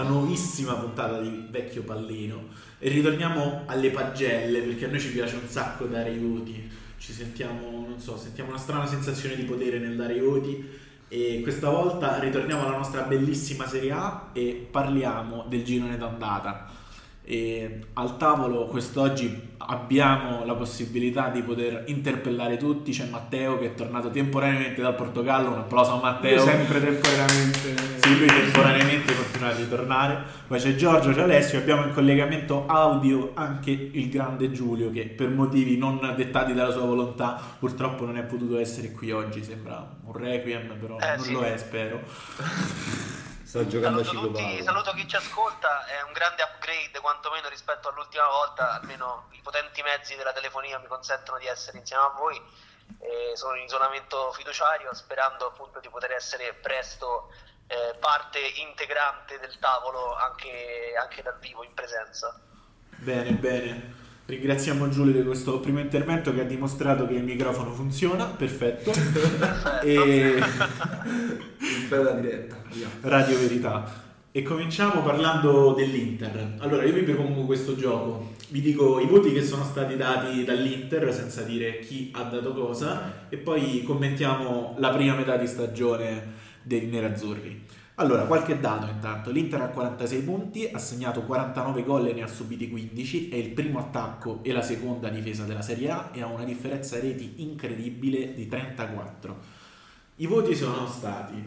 nuovissima puntata di Vecchio Pallino e ritorniamo alle pagelle, perché a noi ci piace un sacco dare i voti, ci sentiamo, non so, sentiamo una strana sensazione di potere nel dare i voti, e questa volta ritorniamo alla nostra bellissima Serie A e parliamo del girone d'andata. E al tavolo quest'oggi abbiamo la possibilità di poter interpellare tutti. C'è Matteo che è tornato temporaneamente dal Portogallo, un applauso a Matteo. Io sempre temporaneamente. Sì, lui temporaneamente continua a ritornare. Poi c'è Giorgio, c'è Alessio, abbiamo in collegamento audio anche il grande Giulio, che per motivi non dettati dalla sua volontà purtroppo non è potuto essere qui oggi. Sembra un requiem, però non sì. Lo è, spero. Sto giocando Saluto tutti, saluto chi ci ascolta, è un grande upgrade quantomeno rispetto all'ultima volta, almeno i potenti mezzi della telefonia mi consentono di essere insieme a voi, sono in isolamento fiduciario sperando appunto di poter essere presto parte integrante del tavolo anche dal vivo in presenza. Bene. Ringraziamo Giulio di questo primo intervento che ha dimostrato che il microfono funziona, perfetto. E bella diretta, Radio Verità. E cominciamo parlando dell'Inter. Allora, io vi propongo questo gioco. Vi dico i voti che sono stati dati dall'Inter senza dire chi ha dato cosa e poi commentiamo la prima metà di stagione dei nerazzurri. Allora, qualche dato intanto. L'Inter ha 46 punti, ha segnato 49 gol e ne ha subiti 15, è il primo attacco e la seconda difesa della Serie A e ha una differenza reti incredibile di 34. I voti sono stati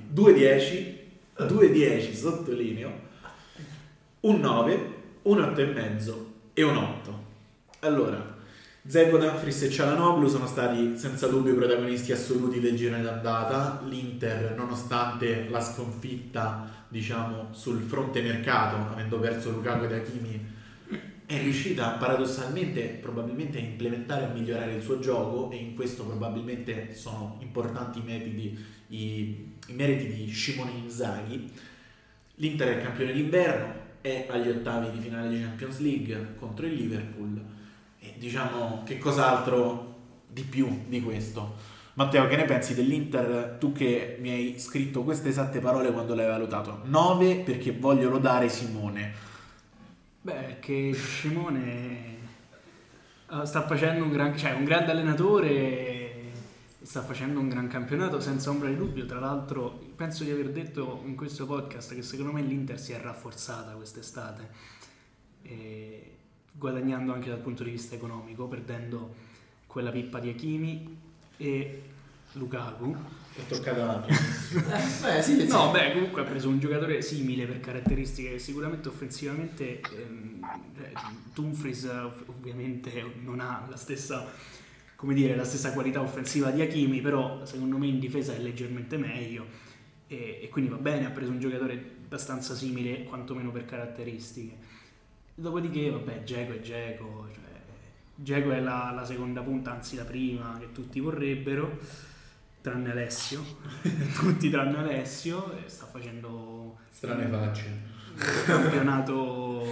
2-10, sottolineo, un 9, un 8,5 e un 8. Allora, Dzeko, Dumfries e Çalhanoğlu sono stati senza dubbio i protagonisti assoluti del girone d'andata. L'Inter, nonostante la sconfitta, diciamo, sul fronte mercato, avendo perso Lukaku ed Hakimi, è riuscita paradossalmente probabilmente a implementare e a migliorare il suo gioco, e in questo probabilmente sono importanti i meriti di Simone Inzaghi. L'Inter è il campione d'inverno, è agli ottavi di finale di Champions League contro il Liverpool. E diciamo, che cos'altro di più di questo? Matteo, che ne pensi dell'Inter? Tu che mi hai scritto queste esatte parole quando l'hai valutato. 9 perché voglio lodare Simone. Beh, che Simone sta facendo un grande allenatore, sta facendo un gran campionato senza ombra di dubbio. Tra l'altro penso di aver detto in questo podcast che secondo me l'Inter si è rafforzata quest'estate, guadagnando anche dal punto di vista economico, perdendo quella pippa di Hakimi e Lukaku. È toccata sì. No, beh, comunque ha preso un giocatore simile per caratteristiche, sicuramente offensivamente. Dumfries ovviamente non ha la stessa qualità offensiva di Hakimi, però secondo me in difesa è leggermente meglio, e quindi va bene, ha preso un giocatore abbastanza simile quantomeno per caratteristiche. Dopodiché, vabbè, Dzeko è Dzeko, Dzeko è la seconda punta, anzi la prima, che tutti vorrebbero, tranne Alessio. Tutti tranne Alessio, e sta facendo strane facce. Un campionato.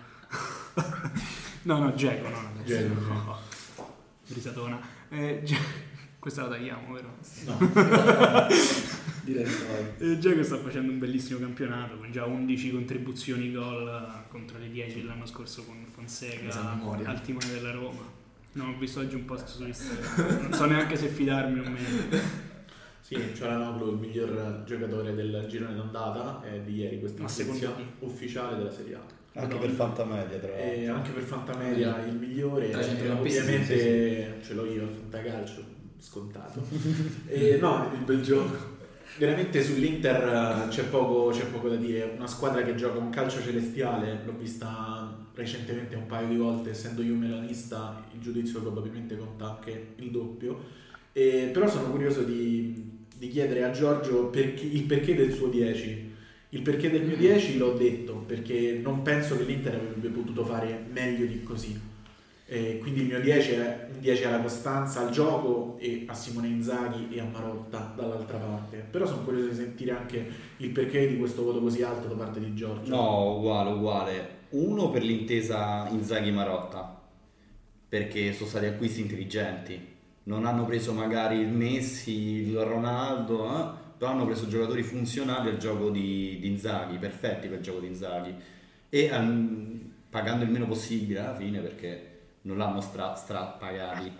No, Dzeko, no, Alessio. No. Risatona. Questa la tagliamo, vero? No. Direi Dzeko sta facendo un bellissimo campionato con già 11 contribuzioni gol contro le 10 l'anno scorso con Fonseca al timone della Roma. No, ho visto oggi un post su Instagram, non so neanche se fidarmi o meno. Sì, Çalhanoğlu, il miglior giocatore del girone d'andata, è di ieri questa notizia ufficiale della Serie A. Anche per Fantamedia, tra l'altro. E anche per Fantamedia il migliore, ovviamente ce l'ho io al Fantacalcio, scontato. No, il bel gioco. Veramente sull'Inter c'è poco da dire. Una squadra che gioca un calcio celestiale, l'ho vista recentemente un paio di volte, essendo io milanista il giudizio probabilmente conta anche il doppio, però sono curioso di chiedere a Giorgio il perché del suo 10. Il perché del mio 10 l'ho detto, perché non penso che l'Inter avrebbe potuto fare meglio di così. Quindi il mio 10 è un 10 alla costanza, al gioco e a Simone Inzaghi e a Marotta dall'altra parte. Però sono curioso di sentire anche il perché di questo voto così alto da parte di Giorgio. No, uguale. Uno per l'intesa Inzaghi-Marotta, perché sono stati acquisti intelligenti. Non hanno preso magari il Messi, il Ronaldo, però hanno preso giocatori funzionali al gioco di Inzaghi, perfetti per il gioco di Inzaghi, e pagando il meno possibile alla fine, perché non l'hanno strapagati.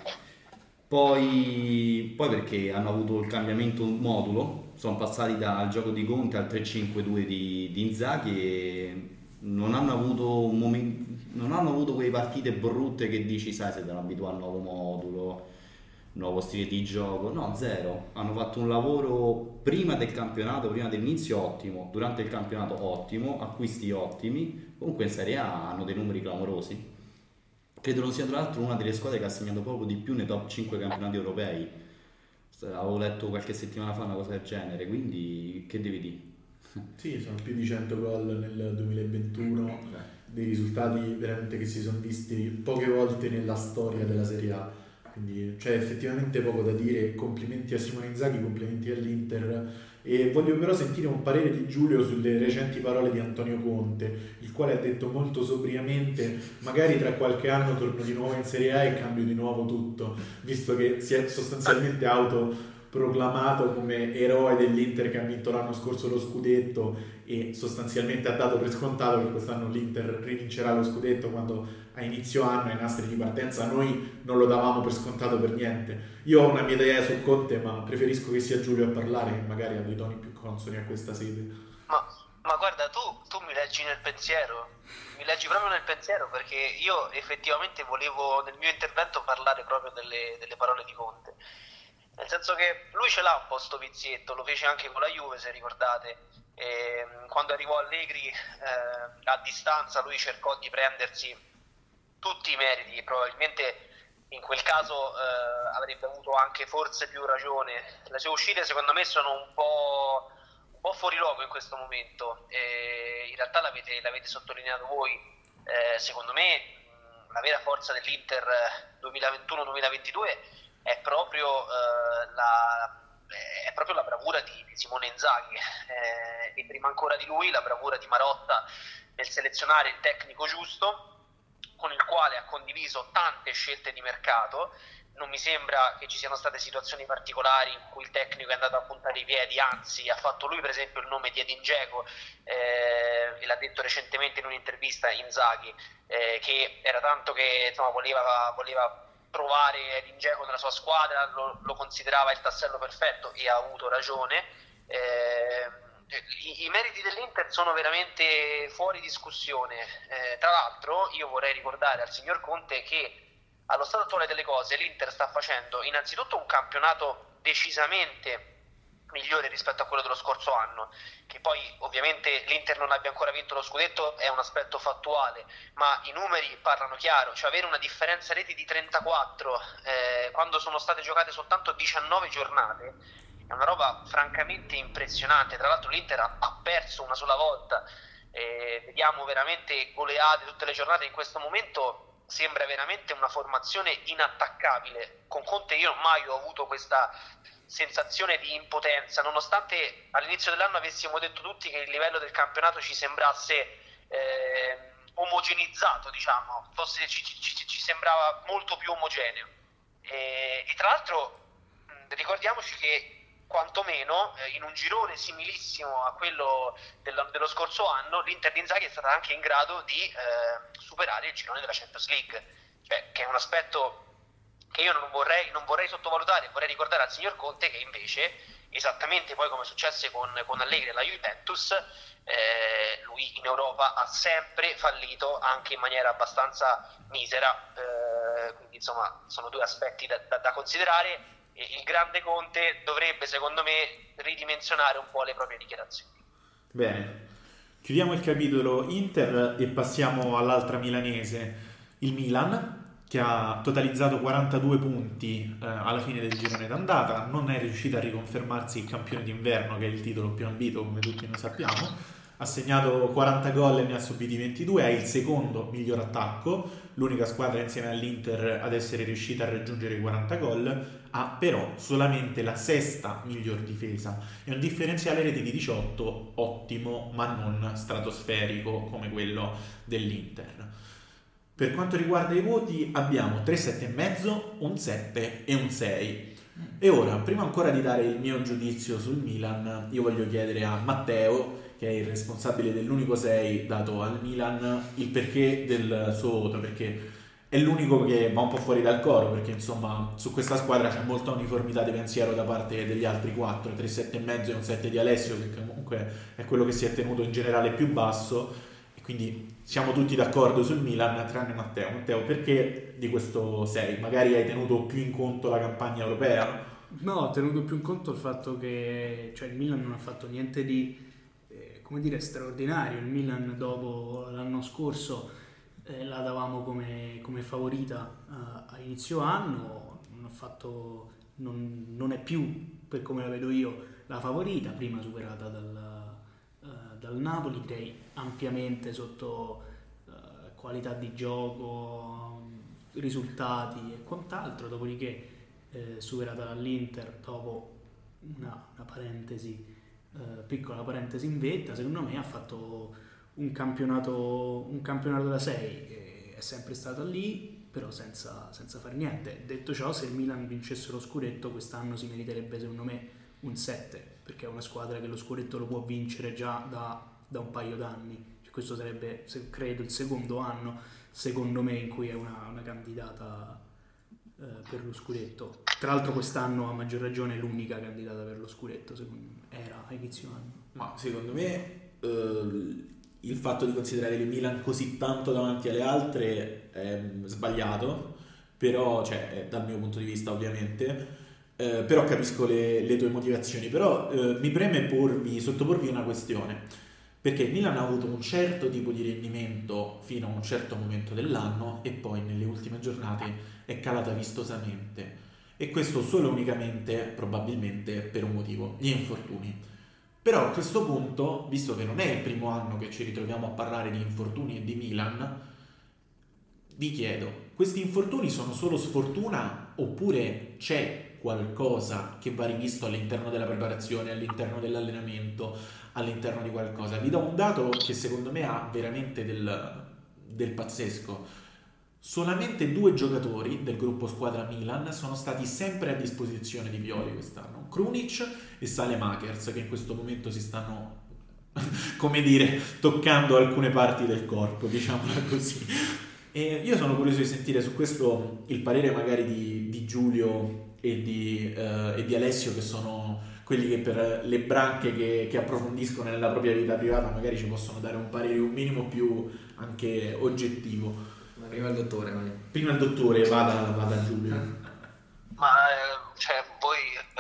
Poi perché hanno avuto il cambiamento modulo, sono passati dal gioco di Conte al 3-5-2 di Inzaghi, e non hanno avuto quelle partite brutte che dici, sai, se devono abituare al nuovo modulo, nuovo stile di gioco. No, zero. Hanno fatto un lavoro prima del campionato, prima dell'inizio ottimo, durante il campionato ottimo, acquisti ottimi. Comunque in Serie A hanno dei numeri clamorosi. Credo non sia tra l'altro una delle squadre che ha segnato poco di più nei top 5 campionati europei. Avevo letto qualche settimana fa una cosa del genere, quindi che devi dire? Sì, sono più di 100 gol nel 2021, dei risultati veramente che si sono visti poche volte nella storia della Serie A. Quindi c'è effettivamente poco da dire. Complimenti a Simone Inzaghi, complimenti all'Inter. E voglio però sentire un parere di Giulio sulle recenti parole di Antonio Conte, il quale ha detto molto sobriamente: magari tra qualche anno torno di nuovo in Serie A e cambio di nuovo tutto, visto che si è sostanzialmente autoproclamato come eroe dell'Inter che ha vinto l'anno scorso lo scudetto, e sostanzialmente ha dato per scontato che quest'anno l'Inter rivincerà lo scudetto, quando a inizio anno, ai nastri di partenza, noi non lo davamo per scontato per niente. Io ho una mia idea su Conte, ma preferisco che sia Giulio a parlare, che magari ha dei toni più consoni a questa sede. Ma guarda, tu mi leggi nel pensiero, mi leggi proprio nel pensiero, perché io effettivamente volevo nel mio intervento parlare proprio delle parole di Conte. Nel senso che lui ce l'ha un po' sto vizietto, lo fece anche con la Juve, se ricordate. Quando arrivò Allegri, a distanza, lui cercò di prendersi tutti i meriti, probabilmente in quel caso avrebbe avuto anche forse più ragione. Le sue uscite secondo me sono un po' fuori luogo in questo momento, in realtà l'avete sottolineato voi. Secondo me la vera forza dell'Inter 2021-2022 è proprio la bravura di Simone Inzaghi, e prima ancora di lui la bravura di Marotta nel selezionare il tecnico giusto, con il quale ha condiviso tante scelte di mercato. Non mi sembra che ci siano state situazioni particolari in cui il tecnico è andato a puntare i piedi, anzi ha fatto lui per esempio il nome di Edin Dzeko, e l'ha detto recentemente in un'intervista Inzaghi, che era tanto che insomma, voleva provare Edin Dzeko nella sua squadra, lo considerava il tassello perfetto, e ha avuto ragione. I meriti dell'Inter sono veramente fuori discussione. Tra l'altro io vorrei ricordare al signor Conte che allo stato attuale delle cose l'Inter sta facendo innanzitutto un campionato decisamente migliore rispetto a quello dello scorso anno. Che poi ovviamente l'Inter non abbia ancora vinto lo scudetto è un aspetto fattuale, ma i numeri parlano chiaro. Cioè avere una differenza reti di 34 quando sono state giocate soltanto 19 giornate è una roba francamente impressionante. Tra l'altro l'Inter ha perso una sola volta, vediamo veramente goleate tutte le giornate. In questo momento sembra veramente una formazione inattaccabile. Con Conte io mai ho avuto questa sensazione di impotenza, nonostante all'inizio dell'anno avessimo detto tutti che il livello del campionato ci sembrasse omogenizzato, diciamo, ci sembrava molto più omogeneo, e tra l'altro ricordiamoci che quantomeno in un girone similissimo a quello dello scorso anno l'Inter di Inzaghi è stata anche in grado di superare il girone della Champions League, cioè, che è un aspetto che io non vorrei sottovalutare. Vorrei ricordare al signor Conte che invece, esattamente poi come successe con Allegri e la Juventus, lui in Europa ha sempre fallito, anche in maniera abbastanza misera, quindi insomma sono due aspetti da considerare. Il grande Conte dovrebbe, secondo me, ridimensionare un po' le proprie dichiarazioni. Bene, chiudiamo il capitolo Inter e passiamo all'altra milanese, il Milan, che ha totalizzato 42 punti alla fine del girone d'andata. Non è riuscito a riconfermarsi il campione d'inverno, che è il titolo più ambito, come tutti noi sappiamo. Ha segnato 40 gol e ne ha subiti 22, è il secondo miglior attacco, l'unica squadra insieme all'Inter ad essere riuscita a raggiungere i 40 gol, ha però solamente la sesta miglior difesa e un differenziale rete di 18 ottimo, ma non stratosferico come quello dell'Inter. Per quanto riguarda i voti abbiamo 3 7,5, un 7 e un 6. E ora, prima ancora di dare il mio giudizio sul Milan, io voglio chiedere a Matteo, che è il responsabile dell'unico 6 dato al Milan, il perché del suo voto, perché è l'unico che va un po' fuori dal coro, perché insomma su questa squadra c'è molta uniformità di pensiero da parte degli altri 4, 3 7,5 e un 7 di Alessio, che comunque è quello che si è tenuto in generale più basso, e quindi siamo tutti d'accordo sul Milan tranne Matteo. Matteo, perché di questo 6? Magari hai tenuto più in conto la campagna europea? No, ho tenuto più in conto il fatto che il Milan non ha fatto niente di straordinario. Il Milan dopo l'anno scorso la davamo come favorita a inizio anno, non è più, per come la vedo io, la favorita, prima superata dal Napoli, direi ampiamente sotto qualità di gioco, risultati e quant'altro, dopodiché superata dall'Inter dopo una parentesi, piccola parentesi in vetta. Secondo me ha fatto un campionato da 6, che è sempre stato lì, però senza fare niente. Detto ciò, se il Milan vincesse lo scudetto quest'anno si meriterebbe secondo me un 7, perché è una squadra che lo scudetto lo può vincere già da un paio d'anni. Questo sarebbe, credo, il secondo anno secondo me in cui è una candidata per lo scudetto. Tra l'altro quest'anno a maggior ragione è l'unica candidata per lo scudetto, era a inizio anno. Ma secondo me il fatto di considerare il Milan così tanto davanti alle altre è sbagliato, però, dal mio punto di vista ovviamente, però capisco le tue motivazioni, però mi preme sottoporvi una questione, perché il Milan ha avuto un certo tipo di rendimento fino a un certo momento dell'anno e poi nelle ultime giornate è calata vistosamente, e questo solo e unicamente probabilmente per un motivo: gli infortuni. Però a questo punto, visto che non è il primo anno che ci ritroviamo a parlare di infortuni e di Milan, vi chiedo, questi infortuni sono solo sfortuna oppure c'è qualcosa che va rivisto all'interno della preparazione, all'interno dell'allenamento, all'interno di qualcosa? Vi do un dato che secondo me ha veramente del pazzesco. Solamente 2 giocatori del gruppo squadra Milan sono stati sempre a disposizione di Pioli quest'anno: Krunic e Saelemaekers, che in questo momento si stanno, come dire, toccando alcune parti del corpo, diciamola così. E io sono curioso di sentire su questo il parere magari di Giulio e di Alessio, che sono quelli che per le branche che approfondiscono nella propria vita privata magari ci possono dare un parere un minimo più anche oggettivo. Prima il dottore, vai. Prima il dottore, vada Giulio. Ma voi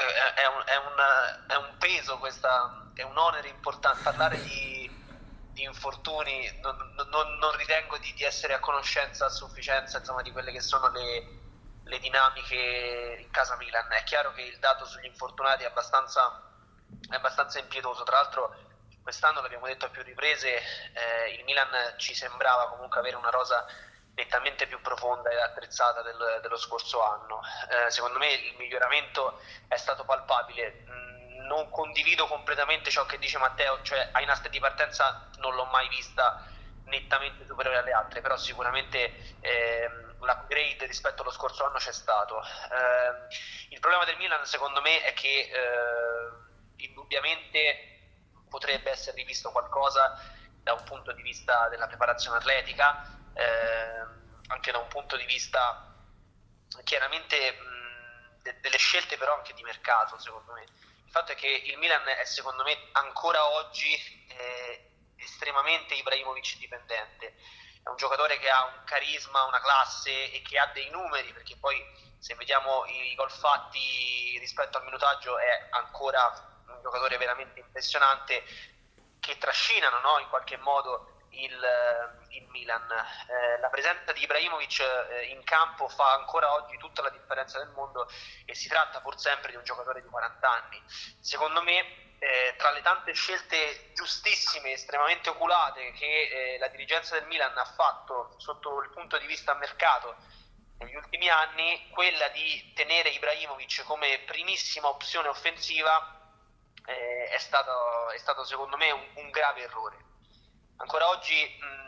è un peso, è un onere importante parlare di infortuni. Non ritengo di essere a conoscenza a sufficienza, insomma, di quelle che sono le dinamiche in casa Milan. È chiaro che il dato sugli infortunati è abbastanza impietoso. Tra l'altro quest'anno, l'abbiamo detto a più riprese, il Milan ci sembrava comunque avere una rosa nettamente più profonda e attrezzata dello scorso anno. Secondo me il miglioramento è stato palpabile. Non condivido completamente ciò che dice Matteo, cioè a Inasta di partenza non l'ho mai vista nettamente superiore alle altre, però sicuramente l'upgrade rispetto allo scorso anno c'è stato. Il problema del Milan secondo me è che indubbiamente potrebbe essere rivisto qualcosa da un punto di vista della preparazione atletica, anche da un punto di vista chiaramente delle scelte, però anche di mercato. Secondo me il fatto è che il Milan è, secondo me, ancora oggi estremamente Ibrahimovic dipendente. È un giocatore che ha un carisma, una classe e che ha dei numeri, perché poi se vediamo i gol fatti rispetto al minutaggio è ancora un giocatore veramente impressionante, che trascinano, no, in qualche modo il Milan. La presenza di Ibrahimovic in campo fa ancora oggi tutta la differenza del mondo, e si tratta pur sempre di un giocatore di 40 anni. Secondo me tra le tante scelte giustissime, estremamente oculate che la dirigenza del Milan ha fatto sotto il punto di vista mercato negli ultimi anni, quella di tenere Ibrahimovic come primissima opzione offensiva è stato secondo me un grave errore. Ancora oggi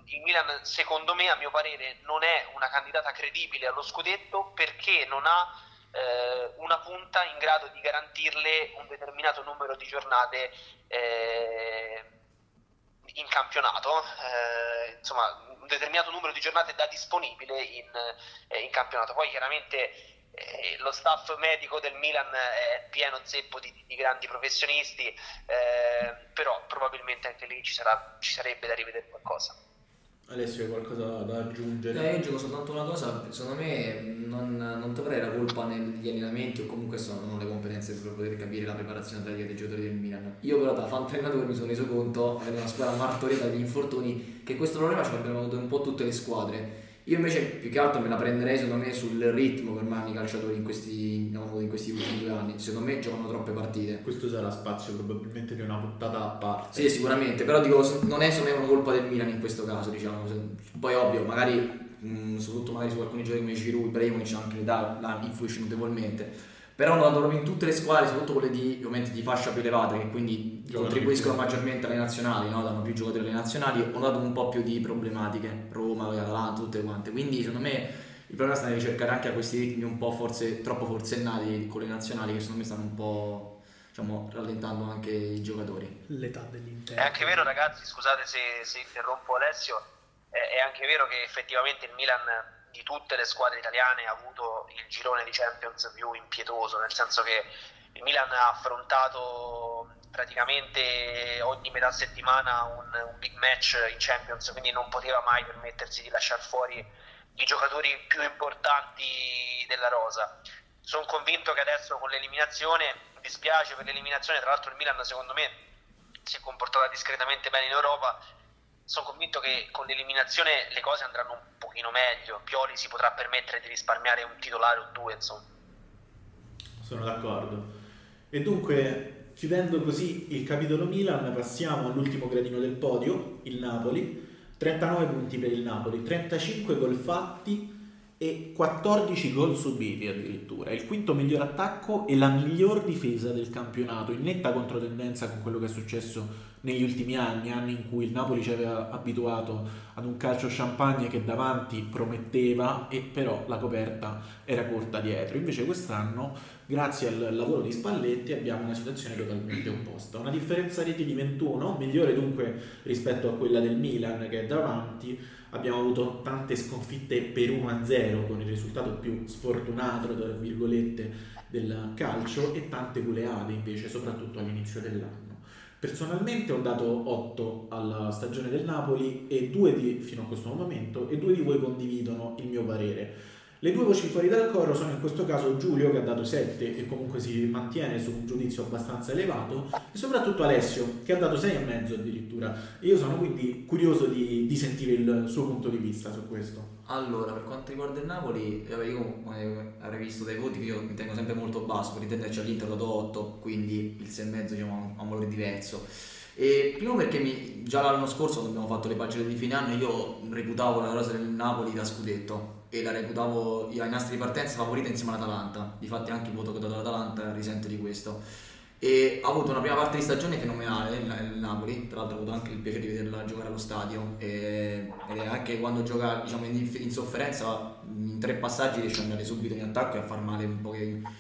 il Milan, secondo me, a mio parere, non è una candidata credibile allo scudetto perché non ha una punta in grado di garantirle un determinato numero di giornate in campionato, insomma un determinato numero di giornate da disponibile in campionato. Poi chiaramente lo staff medico del Milan è pieno zeppo di grandi professionisti, però probabilmente anche lì ci sarebbe da rivedere qualcosa. Alessio, hai qualcosa da aggiungere? Io gioco soltanto una cosa, secondo me non troverei la colpa negli allenamenti o comunque sono le competenze per poter capire la preparazione atletica dei giocatori del Milan. Io però da fan allenatore mi sono reso conto, avendo una squadra martoriata dagli infortuni, che questo problema ce l'abbiamo avuto un po' tutte le squadre. Io invece più che altro me la prenderei secondo me sul ritmo che ormai i calciatori in questi ultimi 2 anni. Secondo me giocano troppe partite. Questo sarà spazio probabilmente di una puntata a parte. Sì, sicuramente, però dico non è secondo me una colpa del Milan in questo caso, diciamo. Poi ovvio, magari soprattutto magari su alcuni giocatori come Giroud, Ibrahimovic, anche l'età influisce notevolmente. Però hanno dato proprio in tutte le squadre, soprattutto quelle ovviamente di fascia più elevata, che quindi contribuiscono maggiormente alle nazionali, no? Danno più giocatori alle nazionali, hanno dato un po' più di problematiche, Roma, Atalanta, tutte quante. Quindi secondo me il problema sta nel ricercare anche a questi ritmi un po' troppo forsennati con le nazionali, che secondo me stanno un po', diciamo, rallentando anche i giocatori. L'età dell'Inter. È anche vero, ragazzi, scusate se interrompo Alessio, è anche vero che effettivamente il Milan di tutte le squadre italiane ha avuto il girone di Champions più impietoso, nel senso che il Milan ha affrontato praticamente ogni metà settimana un big match in Champions, quindi non poteva mai permettersi di lasciare fuori i giocatori più importanti della rosa. Sono convinto che adesso con l'eliminazione, mi dispiace per l'eliminazione, tra l'altro il Milan secondo me si è comportata discretamente bene in Europa. Sono convinto che con l'eliminazione le cose andranno un pochino meglio. Pioli si potrà permettere di risparmiare un titolare o 2, insomma. Sono d'accordo. E dunque, chiudendo così il capitolo Milan, passiamo all'ultimo gradino del podio, il Napoli. 39 punti per il Napoli, 35 gol fatti e 14 gol subiti addirittura. Il quinto miglior attacco e la miglior difesa del campionato, in netta controtendenza con quello che è successo negli ultimi anni in cui il Napoli ci aveva abituato ad un calcio champagne che davanti prometteva e però la coperta era corta dietro. Invece quest'anno, grazie al lavoro di Spalletti, abbiamo una situazione totalmente opposta, una differenza reti di 21, migliore dunque rispetto a quella del Milan che è davanti. Abbiamo avuto tante sconfitte per 1-0 con il risultato più sfortunato tra virgolette del calcio e tante goleade invece, soprattutto all'inizio dell'anno. Personalmente ho dato 8 alla stagione del Napoli e fino a questo momento, e 2 di voi condividono il mio parere. Le 2 voci fuori dal coro sono in questo caso Giulio che ha dato 7 e comunque si mantiene su un giudizio abbastanza elevato, e soprattutto Alessio che ha dato 6,5 addirittura. E io sono quindi curioso di sentire il suo punto di vista su questo. Allora, per quanto riguarda il Napoli, io avrei visto dai voti che io mi tengo sempre molto basso, per intenderci all'Inter ho dato 8, quindi il 6,5 diciamo ha un valore diverso. E primo perché già l'anno scorso quando abbiamo fatto le pagine di fine anno io reputavo la rosa del Napoli da scudetto e la reputavo ai nastri di partenza favorita insieme all'Atalanta. Difatti anche il voto che ho dato all'Atalanta risente di questo. E ha avuto una prima parte di stagione fenomenale il Napoli, tra l'altro ho avuto anche il piacere di vederla giocare allo stadio ed è anche quando gioca diciamo in sofferenza in 3 passaggi riesce ad andare subito in attacco e a far male un po'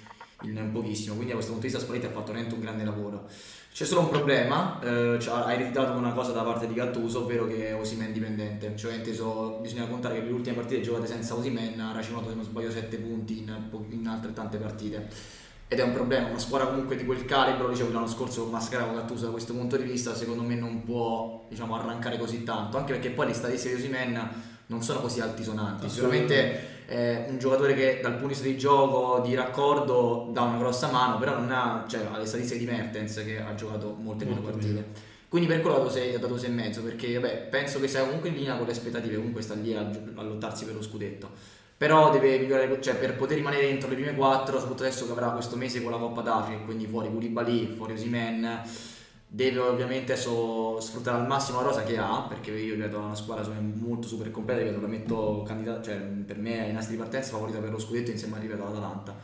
in pochissimo, quindi da questo punto di vista Spalletti ha fatto veramente un grande lavoro. C'è solo un problema, ha ereditato una cosa da parte di Gattuso, ovvero che è Osimhen dipendente, cioè bisogna contare che le ultime partite giocate senza Osimhen ha racinato se non sbaglio 7 punti in altrettante partite. Ed è un problema, una squadra comunque di quel calibro, dicevo l'anno scorso mascherava Gattuso da questo punto di vista, secondo me non può diciamo arrancare così tanto, anche perché poi le statistiche di Osimhen non sono così altisonanti. Sicuramente è un giocatore che dal punto di vista di gioco, di raccordo dà una grossa mano, però non ha, cioè, ha le statistiche di Mertens che ha giocato molte meno partite. Quindi per quello ho dato 6,5 perché vabbè, penso che sia comunque in linea con le aspettative, comunque sta lì a lottarsi per lo scudetto. Però deve migliorare, cioè per poter rimanere dentro le prime 4, soprattutto adesso che avrà questo mese con la Coppa d'Africa, quindi fuori Koulibaly, fuori Osimhen, deve ovviamente adesso sfruttare al massimo la rosa che ha, perché io vedo una squadra molto super completa, la metto candidata, cioè per me ai nastri di partenza favorita per lo scudetto insieme ripeto all'Atalanta.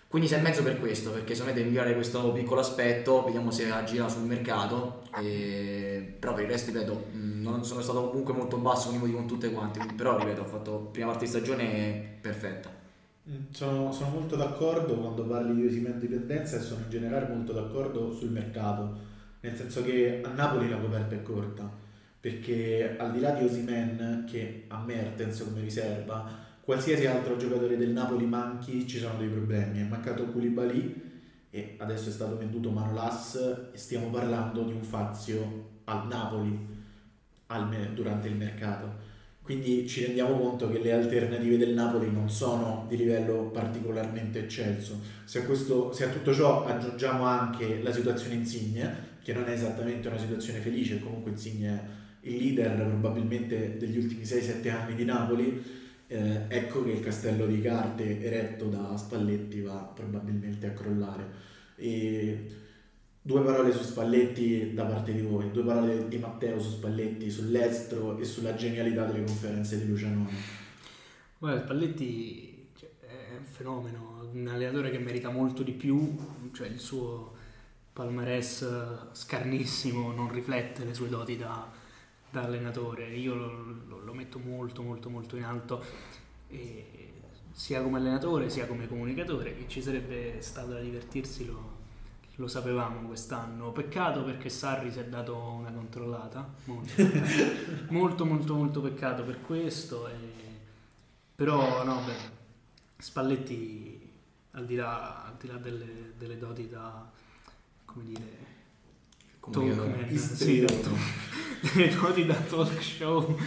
Quindi 6,5 per questo, perché secondo me deve migliorare questo piccolo aspetto, vediamo se agirà sul mercato, però per il resto ripeto, non sono stato comunque molto basso con tutte quante, però ripeto, ho fatto prima parte di stagione perfetta. Sono molto d'accordo quando parli di Osimhen dipendenza, e sono in generale molto d'accordo sul mercato, nel senso che a Napoli la coperta è corta, perché al di là di Osimhen, che a Mertens come riserva, qualsiasi altro giocatore del Napoli manchi, ci sono dei problemi. È mancato Koulibaly e adesso è stato venduto Manolas, e stiamo parlando di un Fazio al Napoli durante il mercato. Quindi ci rendiamo conto che le alternative del Napoli non sono di livello particolarmente eccelso. Se a tutto ciò aggiungiamo anche la situazione Insigne, che non è esattamente una situazione felice, comunque Insigne è il leader probabilmente degli ultimi 6-7 anni di Napoli, ecco che il castello di carte eretto da Spalletti va probabilmente a crollare. E 2 parole su Spalletti da parte di voi, 2 parole di Matteo su Spalletti, sull'estero e sulla genialità delle conferenze di Luciano. Guarda, Spalletti è un fenomeno, un allenatore che merita molto di più, cioè il suo palmarès scarnissimo non riflette le sue doti da allenatore. Io lo metto molto molto molto in alto, e sia come allenatore sia come comunicatore. Che ci sarebbe stato da divertirsi lo sapevamo quest'anno. Peccato perché Sarri si è dato una controllata, molto molto molto peccato per questo, però no, Spalletti al di là delle doti da, come dire, delle doti da talk show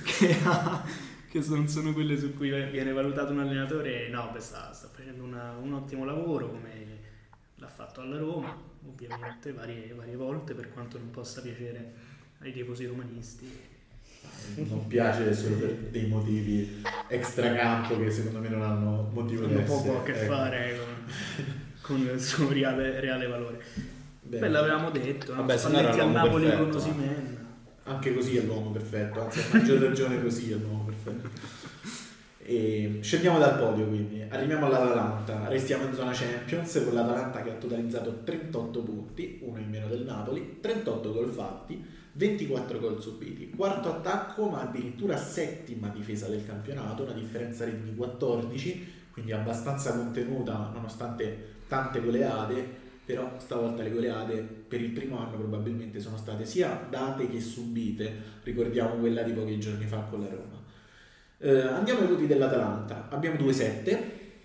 che non sono quelle su cui viene valutato un allenatore, no, sta facendo un ottimo lavoro, come l'ha fatto alla Roma, ovviamente varie volte, per quanto non possa piacere ai tifosi romanisti. Non piace solo per dei motivi extracampo che secondo me non hanno motivo di essere. Hanno poco a che fare con il suo reale valore. Beh, l'avevamo detto, vabbè, Spalletti al Napoli perfetto, con Osimhen. Anche così è l'uomo perfetto, anzi a maggior ragione così è l'uomo perfetto. E scendiamo dal podio, quindi arriviamo all'Atalanta, restiamo in zona Champions con l'Atalanta che ha totalizzato 38 punti, uno in meno del Napoli, 38 gol fatti, 24 gol subiti, quarto attacco ma addirittura settima difesa del campionato, una differenza di 14, quindi abbastanza contenuta nonostante tante goleade. Però stavolta le goleade per il primo anno probabilmente sono state sia date che subite, ricordiamo quella di pochi giorni fa con la Roma. Andiamo ai voti dell'Atalanta, abbiamo 2-7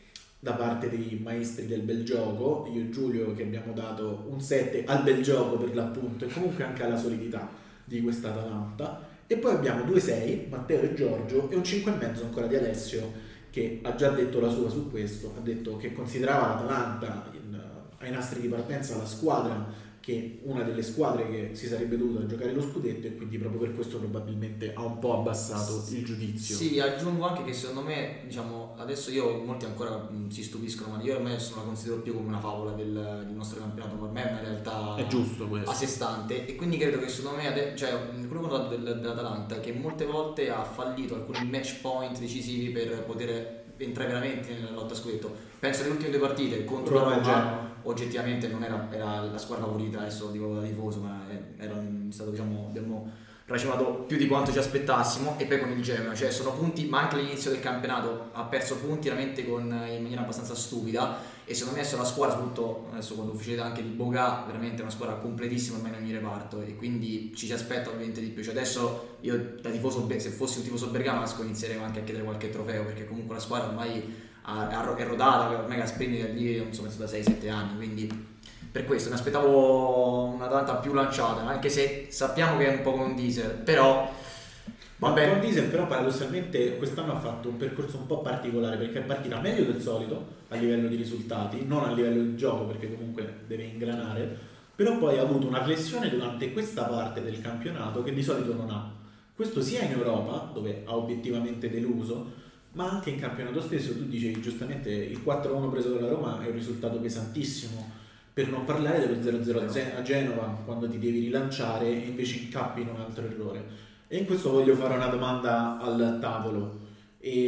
da parte dei maestri del bel gioco, io e Giulio che abbiamo dato un 7 al bel gioco per l'appunto e comunque anche alla solidità di questa Atalanta, e poi abbiamo 2-6 Matteo e Giorgio e un 5,5 ancora di Alessio che ha già detto la sua su questo, ha detto che considerava l'Atalanta ai nastri di partenza la squadra, che una delle squadre che si sarebbe dovuta giocare lo scudetto, e quindi proprio per questo probabilmente ha un po' abbassato il giudizio. Sì, aggiungo anche che secondo me, diciamo, adesso molti ancora si stupiscono, ma io ormai non la considero più come una favola del nostro campionato, ma ormai è una realtà è giusto questo, a sé stante, e quindi credo che secondo me, quello che ho dato dell'Atalanta, che molte volte ha fallito alcuni match point decisivi per poter entrare veramente nella lotta a scudetto. Penso alle ultime 2 partite contro la Roma oggettivamente non era la squadra favorita, adesso dico da tifoso, ma era stato, diciamo, abbiamo racemato più di quanto ci aspettassimo. E poi con il Genoa, cioè sono punti, ma anche all'inizio del campionato ha perso punti veramente in maniera abbastanza stupida, e secondo me è la squadra, soprattutto adesso con l'ufficialità anche di Boga, veramente una squadra completissima ormai in ogni reparto, e quindi ci si aspetta ovviamente di più. Cioè adesso io da tifoso, se fossi un tifoso bergamasco, inizierei anche a chiedere qualche trofeo, perché comunque la squadra ormai è rodata, ormai Gasperini è lì, non so, penso da 6-7 anni, quindi per questo mi aspettavo un'Atalanta più lanciata, anche se sappiamo che è un po' come un diesel, però vabbè. Con Diesel però paradossalmente quest'anno ha fatto un percorso un po' particolare, perché è partita meglio del solito a livello di risultati, non a livello di gioco, perché comunque deve ingranare, però poi ha avuto una flessione durante questa parte del campionato che di solito non ha. Questo sia in Europa, dove ha obiettivamente deluso, ma anche in campionato stesso. Tu dicevi giustamente il 4-1 preso dalla Roma è un risultato pesantissimo, per non parlare dello 0-0 a Genova quando ti devi rilanciare e invece incappi in un altro errore. E in questo voglio fare una domanda al tavolo, e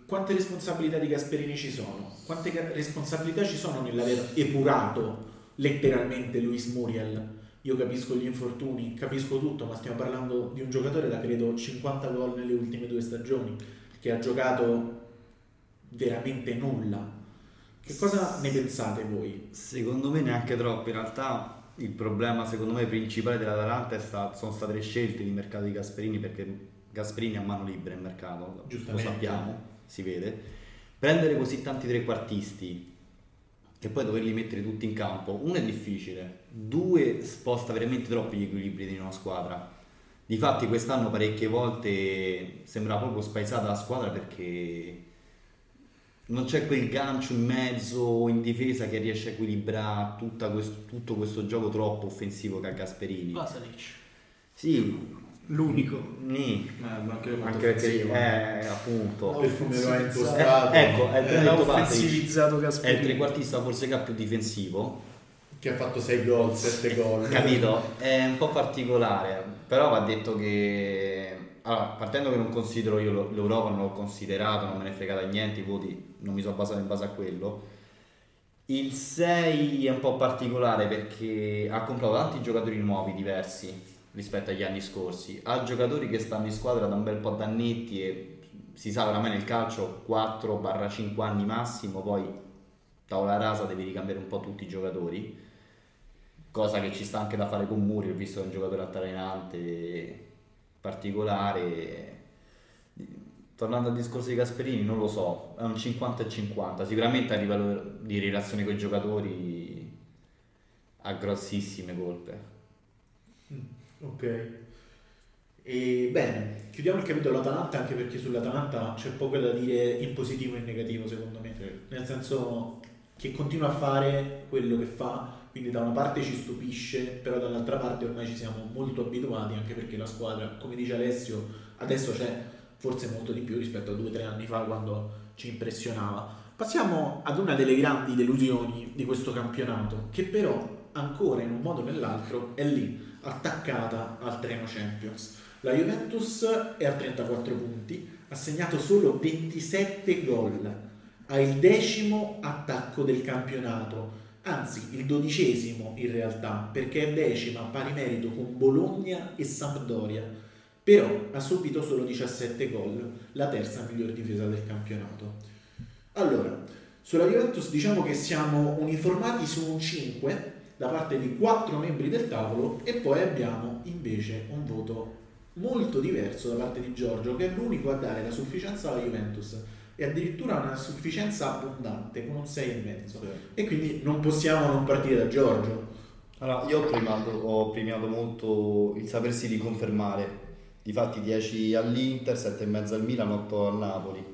quante responsabilità di Gasperini ci sono? Quante responsabilità ci sono nell'aver epurato letteralmente Luis Muriel? Io capisco gli infortuni, capisco tutto, ma stiamo parlando di un giocatore da credo 50 gol nelle ultime 2 stagioni, che ha giocato veramente nulla. Che cosa ne pensate voi? Secondo me neanche troppo. In realtà il problema secondo me principale dell'Atalanta sono state le scelte di mercato di Gasperini, perché Gasperini ha mano libera in mercato, lo sappiamo, si vede. Prendere così tanti trequartisti e poi doverli mettere tutti in campo, uno è difficile, due sposta veramente troppo gli equilibri di una squadra. Difatti quest'anno parecchie volte sembra proprio spaesata la squadra, perché non c'è quel gancio in mezzo in difesa che riesce a equilibrare tutto questo gioco troppo offensivo che ha Gasperini. Pasalic. Sì, l'unico. Anche perché appunto Perfume lo ha impostato. Ecco, è offensivizzato Gasperini. è il trequartista forse che ha più difensivo, che ha fatto 6 gol, 7 gol. capito? È un po' particolare, però va detto che allora, partendo che non considero io l'Europa, non l'ho considerato, non me ne è fregata niente, i voti non mi sono basato in base a quello. Il 6 è un po' particolare perché ha comprato tanti giocatori nuovi, diversi rispetto agli anni scorsi, ha giocatori che stanno in squadra da un bel po' d'annetti e si sa oramai nel calcio 4-5 anni massimo, poi tavola rasa devi ricambiare un po' tutti i giocatori, cosa che ci sta anche da fare con Muriel, visto che è un giocatore altalenante particolare. Tornando al discorso di Gasperini, non lo so, è un 50-50, sicuramente a livello di relazione con i giocatori ha grossissime colpe. Ok, e bene, chiudiamo il capitolo Atalanta, anche perché sull'Atalanta c'è poco da dire in positivo e in negativo secondo me, nel senso che continua a fare quello che fa, quindi da una parte ci stupisce, però dall'altra parte ormai ci siamo molto abituati, anche perché la squadra, come dice Alessio, adesso c'è forse molto di più rispetto a 2 o 3 anni fa quando ci impressionava. Passiamo ad una delle grandi delusioni di questo campionato, che però ancora in un modo o nell'altro è lì, attaccata al treno Champions. La Juventus è a 34 punti, ha segnato solo 27 gol, ha il 10° attacco del campionato, anzi il 12° in realtà, perché è 10ª a pari merito con Bologna e Sampdoria, però ha subito solo 17 gol, la terza miglior difesa del campionato. Allora, sulla Juventus diciamo che siamo uniformati su un 5 da parte di 4 membri del tavolo, e poi abbiamo invece un voto molto diverso da parte di Giorgio, che è l'unico a dare la sufficienza alla Juventus e addirittura una sufficienza abbondante con un 6,5, sì. E quindi non possiamo non partire da Giorgio. Allora, io ho premiato molto il sapersi riconfermare, difatti 10 all'Inter, 7,5 al Milan, 8 al Napoli.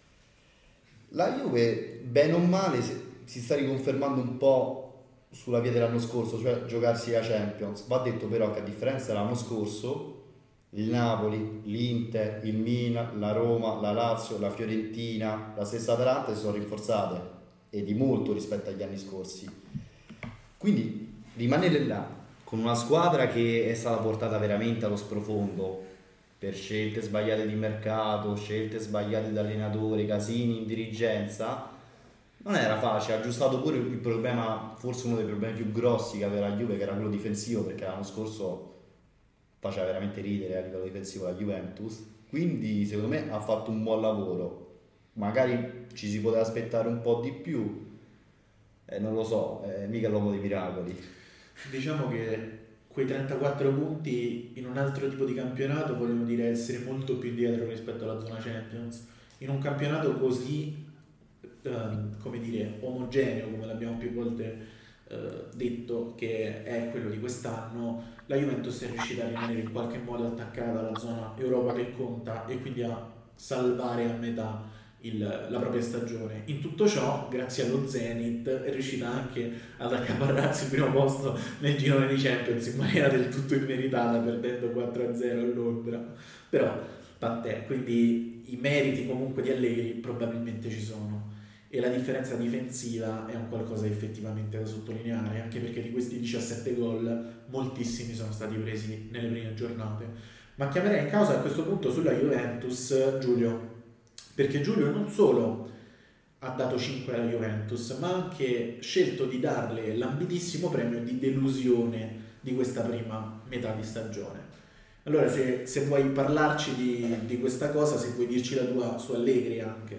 La Juve bene o male si sta riconfermando un po' sulla via dell'anno scorso, cioè giocarsi la Champions. Va detto però che a differenza dell'anno scorso il Napoli, l'Inter, il Milan, la Roma, la Lazio, la Fiorentina, la stessa Atalanta si sono rinforzate, e di molto rispetto agli anni scorsi. Quindi rimanere là con una squadra che è stata portata veramente allo sprofondo per scelte sbagliate di mercato, scelte sbagliate da allenatore, casini in dirigenza, non era facile. Ha aggiustato pure il problema, forse uno dei problemi più grossi che aveva la Juve, che era quello difensivo, perché l'anno scorso faceva veramente ridere a livello difensivo la Juventus. Quindi secondo me ha fatto un buon lavoro, magari ci si poteva aspettare un po' di più, non lo so, mica l'uomo dei miracoli. Diciamo che quei 34 punti in un altro tipo di campionato vogliono dire essere molto più indietro rispetto alla zona Champions. In un campionato così come dire omogeneo, come l'abbiamo più volte detto che è quello di quest'anno, la Juventus è riuscita a rimanere in qualche modo attaccata alla zona Europa che conta, e quindi a salvare a metà la propria stagione. In tutto ciò, grazie allo Zenit, è riuscita anche ad accaparrarsi il primo posto nel girone di Champions in maniera del tutto immeritata, perdendo 4-0 a Londra, però tant'è. Quindi i meriti comunque di Allegri probabilmente ci sono, e la differenza difensiva è un qualcosa effettivamente da sottolineare, anche perché di questi 17 gol moltissimi sono stati presi nelle prime giornate. Ma chiamerei in causa a questo punto sulla Juventus, Giulio, perché Giulio non solo ha dato 5 alla Juventus, ma ha anche scelto di darle l'ambitissimo premio di delusione di questa prima metà di stagione. Allora, se vuoi parlarci di questa cosa, se vuoi dirci la tua su Allegri anche.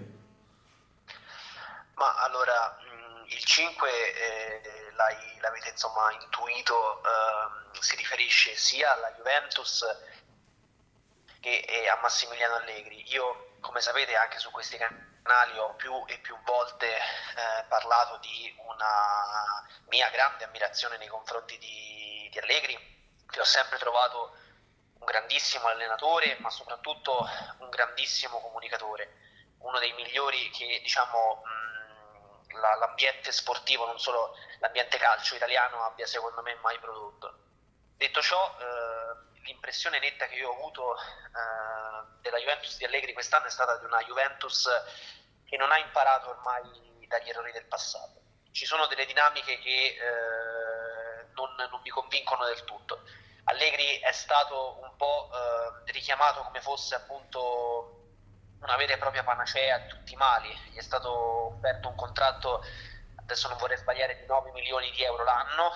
Ma allora, il 5 l'avete insomma intuito, si riferisce sia alla Juventus che a Massimiliano Allegri. Io, come sapete, anche su questi canali ho più e più volte parlato di una mia grande ammirazione nei confronti di Allegri, che ho sempre trovato un grandissimo allenatore, ma soprattutto un grandissimo comunicatore, uno dei migliori che, diciamo, l'ambiente sportivo, non solo l'ambiente calcio italiano, abbia secondo me mai prodotto. Detto ciò, l'impressione netta che io ho avuto della Juventus di Allegri quest'anno è stata di una Juventus che non ha imparato ormai dagli errori del passato. Ci sono delle dinamiche che non mi convincono del tutto. Allegri è stato un po' richiamato come fosse appunto una vera e propria panacea di tutti i mali. Gli è stato offerto un contratto, adesso non vorrei sbagliare, di 9 milioni di euro l'anno,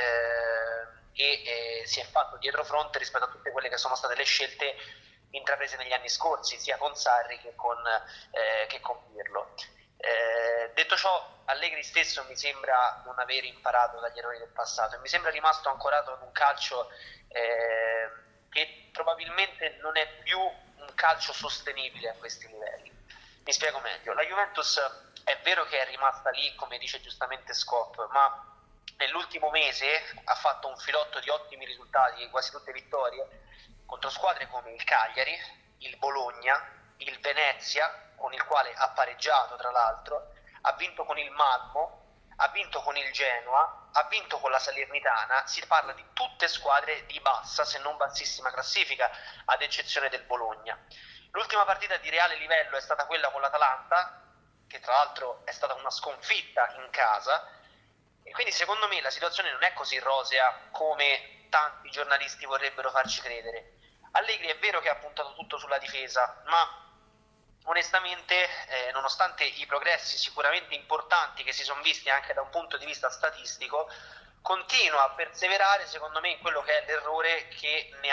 e si è fatto dietro fronte rispetto a tutte quelle che sono state le scelte intraprese negli anni scorsi, sia con Sarri che con Pirlo. Detto ciò, Allegri stesso mi sembra non aver imparato dagli errori del passato e mi sembra rimasto ancorato in un calcio che probabilmente non è più un calcio sostenibile a questi livelli. Mi spiego meglio. La Juventus è vero che è rimasta lì, come dice giustamente Scop, ma nell'ultimo mese ha fatto un filotto di ottimi risultati, quasi tutte vittorie, contro squadre come il Cagliari, il Bologna, il Venezia, con il quale ha pareggiato tra l'altro, ha vinto con il Malmo, ha vinto con il Genoa, ha vinto con la Salernitana. Si parla di tutte squadre di bassa, se non bassissima classifica, ad eccezione del Bologna. L'ultima partita di reale livello è stata quella con l'Atalanta, che tra l'altro è stata una sconfitta in casa, e quindi secondo me la situazione non è così rosea come tanti giornalisti vorrebbero farci credere. Allegri è vero che ha puntato tutto sulla difesa, ma onestamente, nonostante i progressi sicuramente importanti che si sono visti anche da un punto di vista statistico, continua a perseverare secondo me in quello che è l'errore che ne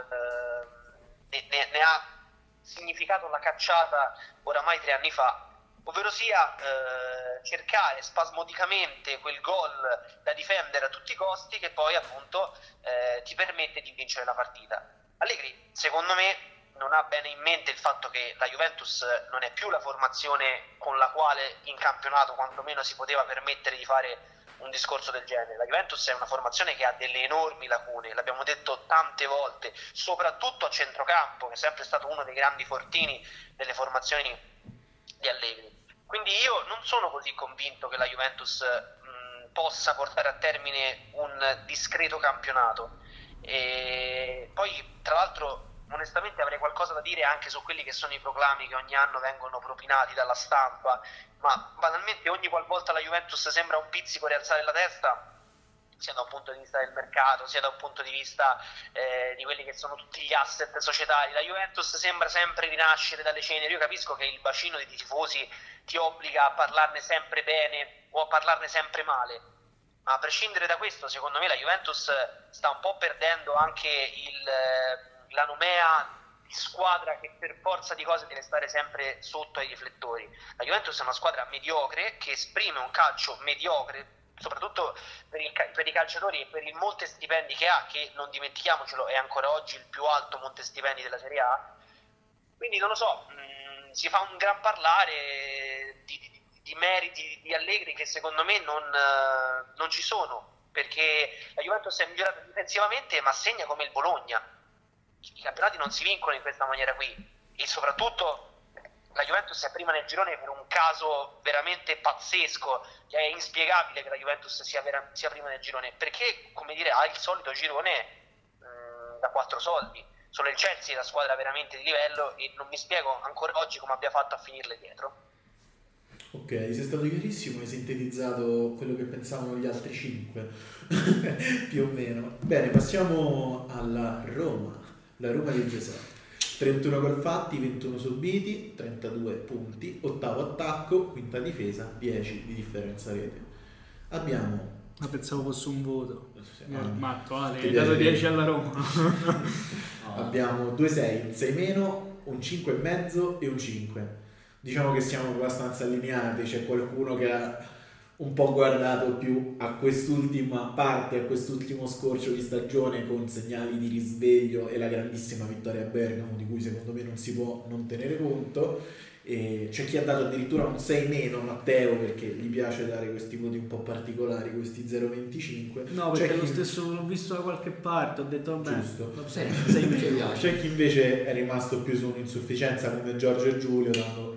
ha significato la cacciata oramai 3 anni fa, ovvero sia cercare spasmodicamente quel gol da difendere a tutti i costi che poi appunto ti permette di vincere la partita. Allegri, secondo me, non ha bene in mente il fatto che la Juventus non è più la formazione con la quale in campionato quantomeno si poteva permettere di fare un discorso del genere. La Juventus è una formazione che ha delle enormi lacune, l'abbiamo detto tante volte, soprattutto a centrocampo, che è sempre stato uno dei grandi fortini delle formazioni di Allegri. Quindi io non sono così convinto che la Juventus possa portare a termine un discreto campionato. E poi, tra l'altro, onestamente avrei qualcosa da dire anche su quelli che sono i proclami che ogni anno vengono propinati dalla stampa, ma banalmente ogni qualvolta la Juventus sembra un pizzico rialzare la testa, sia da un punto di vista del mercato, sia da un punto di vista di quelli che sono tutti gli asset societari, la Juventus sembra sempre rinascere dalle ceneri. Io capisco che il bacino di tifosi ti obbliga a parlarne sempre bene o a parlarne sempre male, ma a prescindere da questo, secondo me la Juventus sta un po' perdendo anche la nomea di squadra che per forza di cose deve stare sempre sotto ai riflettori. La Juventus è una squadra mediocre che esprime un calcio mediocre, soprattutto per i calciatori e per il monte stipendi che ha, che non dimentichiamocelo è ancora oggi il più alto monte stipendi della Serie A. Quindi non lo so, si fa un gran parlare di meriti di Allegri che secondo me non ci sono, perché la Juventus è migliorata difensivamente ma segna come il Bologna. I campionati non si vincono in questa maniera qui, e soprattutto la Juventus è prima nel girone per un caso veramente pazzesco, che è inspiegabile che la Juventus sia prima nel girone, perché come dire ha il solito girone da 4 soldi. Solo il Chelsea è la squadra veramente di livello e non mi spiego ancora oggi come abbia fatto a finirle dietro. Ok, sei stato chiarissimo, hai sintetizzato quello che pensavano gli altri 5 più o meno. Bene, passiamo alla Roma, la Roma di Giuseppe. 31 gol fatti, 21 subiti, 32 punti, ottavo attacco, quinta difesa, 10 di differenza rete. Abbiamo... Ma pensavo fosse un voto. Matto, Ale, Ti hai dato piace? 10 alla Roma. Abbiamo 2 6, un 6 meno, un 5,5 e un 5. Diciamo che siamo abbastanza allineati, c'è qualcuno che ha un po' guardato più a quest'ultima parte, a quest'ultimo scorcio di stagione con segnali di risveglio e la grandissima vittoria a Bergamo, di cui secondo me non si può non tenere conto. E c'è chi ha dato addirittura un 6 meno, Matteo, perché gli piace dare questi voti un po' particolari, questi 0,25. No, perché lo stesso l'ho visto da qualche parte, ho detto vabbè, Giusto. C'è C'è chi invece è rimasto più su un'insufficienza come Giorgio e Giulio, danno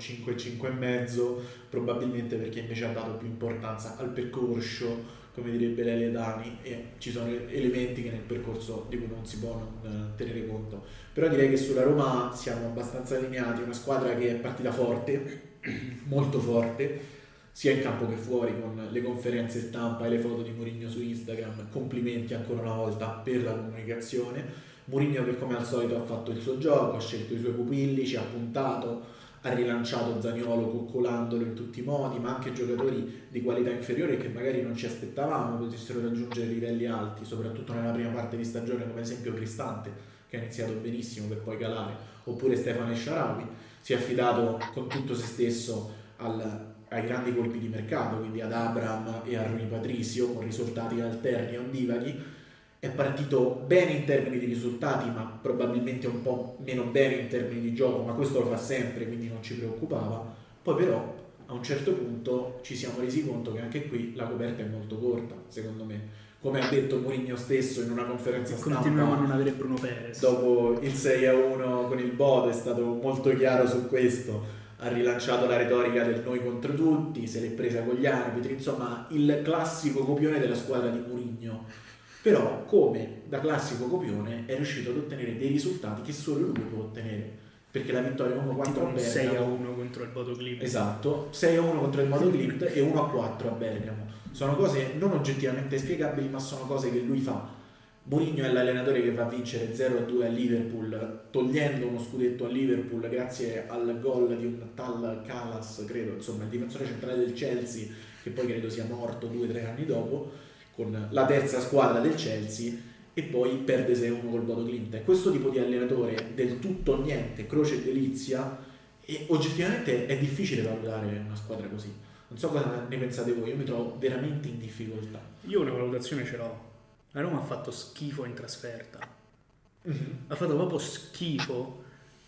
5,5, probabilmente perché invece ha dato più importanza al percorso, come direbbe Lele Dani, e ci sono elementi che nel percorso di cui non si può non tenere conto. Però direi che sulla Roma siamo abbastanza allineati, una squadra che è partita forte, molto forte, sia in campo che fuori, con le conferenze stampa e le foto di Mourinho su Instagram. Complimenti ancora una volta per la comunicazione. Mourinho che come al solito ha fatto il suo gioco, ha scelto i suoi pupilli, ci ha puntato, ha rilanciato Zaniolo coccolandolo in tutti i modi, ma anche giocatori di qualità inferiore che magari non ci aspettavamo potessero raggiungere livelli alti, soprattutto nella prima parte di stagione, come ad esempio Cristante, che ha iniziato benissimo per poi calare, oppure Stefano Esciarawi. Si è affidato con tutto se stesso ai grandi colpi di mercato, quindi ad Abraham e a Rui Patricio, con risultati alterni e ondivaghi. È partito bene in termini di risultati, ma probabilmente un po' meno bene in termini di gioco, ma questo lo fa sempre, quindi non ci preoccupava. Poi però a un certo punto ci siamo resi conto che anche qui la coperta è molto corta, secondo me. Come ha detto Mourinho stesso in una conferenza stampa, continuiamo a non avere Bruno Perez dopo il 6-1 con il Bodo, è stato molto chiaro su questo. Ha rilanciato la retorica del noi contro tutti, se l'è presa con gli arbitri, insomma il classico copione della squadra di Mourinho. Però come da classico copione è riuscito ad ottenere dei risultati che solo lui può ottenere, perché la vittoria 1-4 a Bergamo, 6-1 contro il Bodo Glimt, esatto, 6-1 contro il Bodo Glimt e 1-4 a Bergamo. Sono cose non oggettivamente spiegabili, ma sono cose che lui fa. Mourinho è l'allenatore che va a vincere 0-2 a Liverpool, togliendo uno scudetto a Liverpool grazie al gol di un tal Calas, credo, insomma il difensore centrale del Chelsea, che poi credo sia morto 2 o 3 anni dopo, con la terza squadra del Chelsea, e poi perde 6-1 col Bodo Glimt. È questo tipo di allenatore del tutto o niente, croce e delizia, e oggettivamente è difficile valutare una squadra così. Non so cosa ne pensate voi, io mi trovo veramente in difficoltà. Io una valutazione ce l'ho. La Roma ha fatto schifo in trasferta. Ha fatto proprio schifo,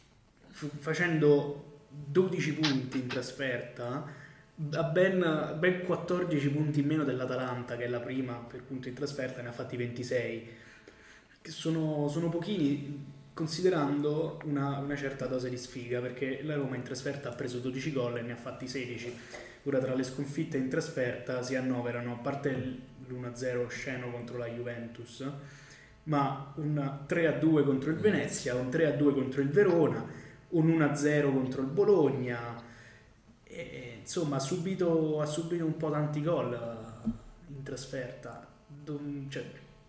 facendo 12 punti in trasferta, a ben 14 punti in meno dell'Atalanta, che è la prima per punti in trasferta, ne ha fatti 26, che sono pochini considerando una certa dose di sfiga, perché la Roma in trasferta ha preso 12 gol e ne ha fatti 16. Ora tra le sconfitte in trasferta si annoverano, a parte l'1-0 osceno contro la Juventus, ma un 3-2 contro il Venezia, un 3-2 contro il Verona, un 1-0 contro il Bologna, e, insomma ha subito un po' tanti gol in trasferta. Cioè,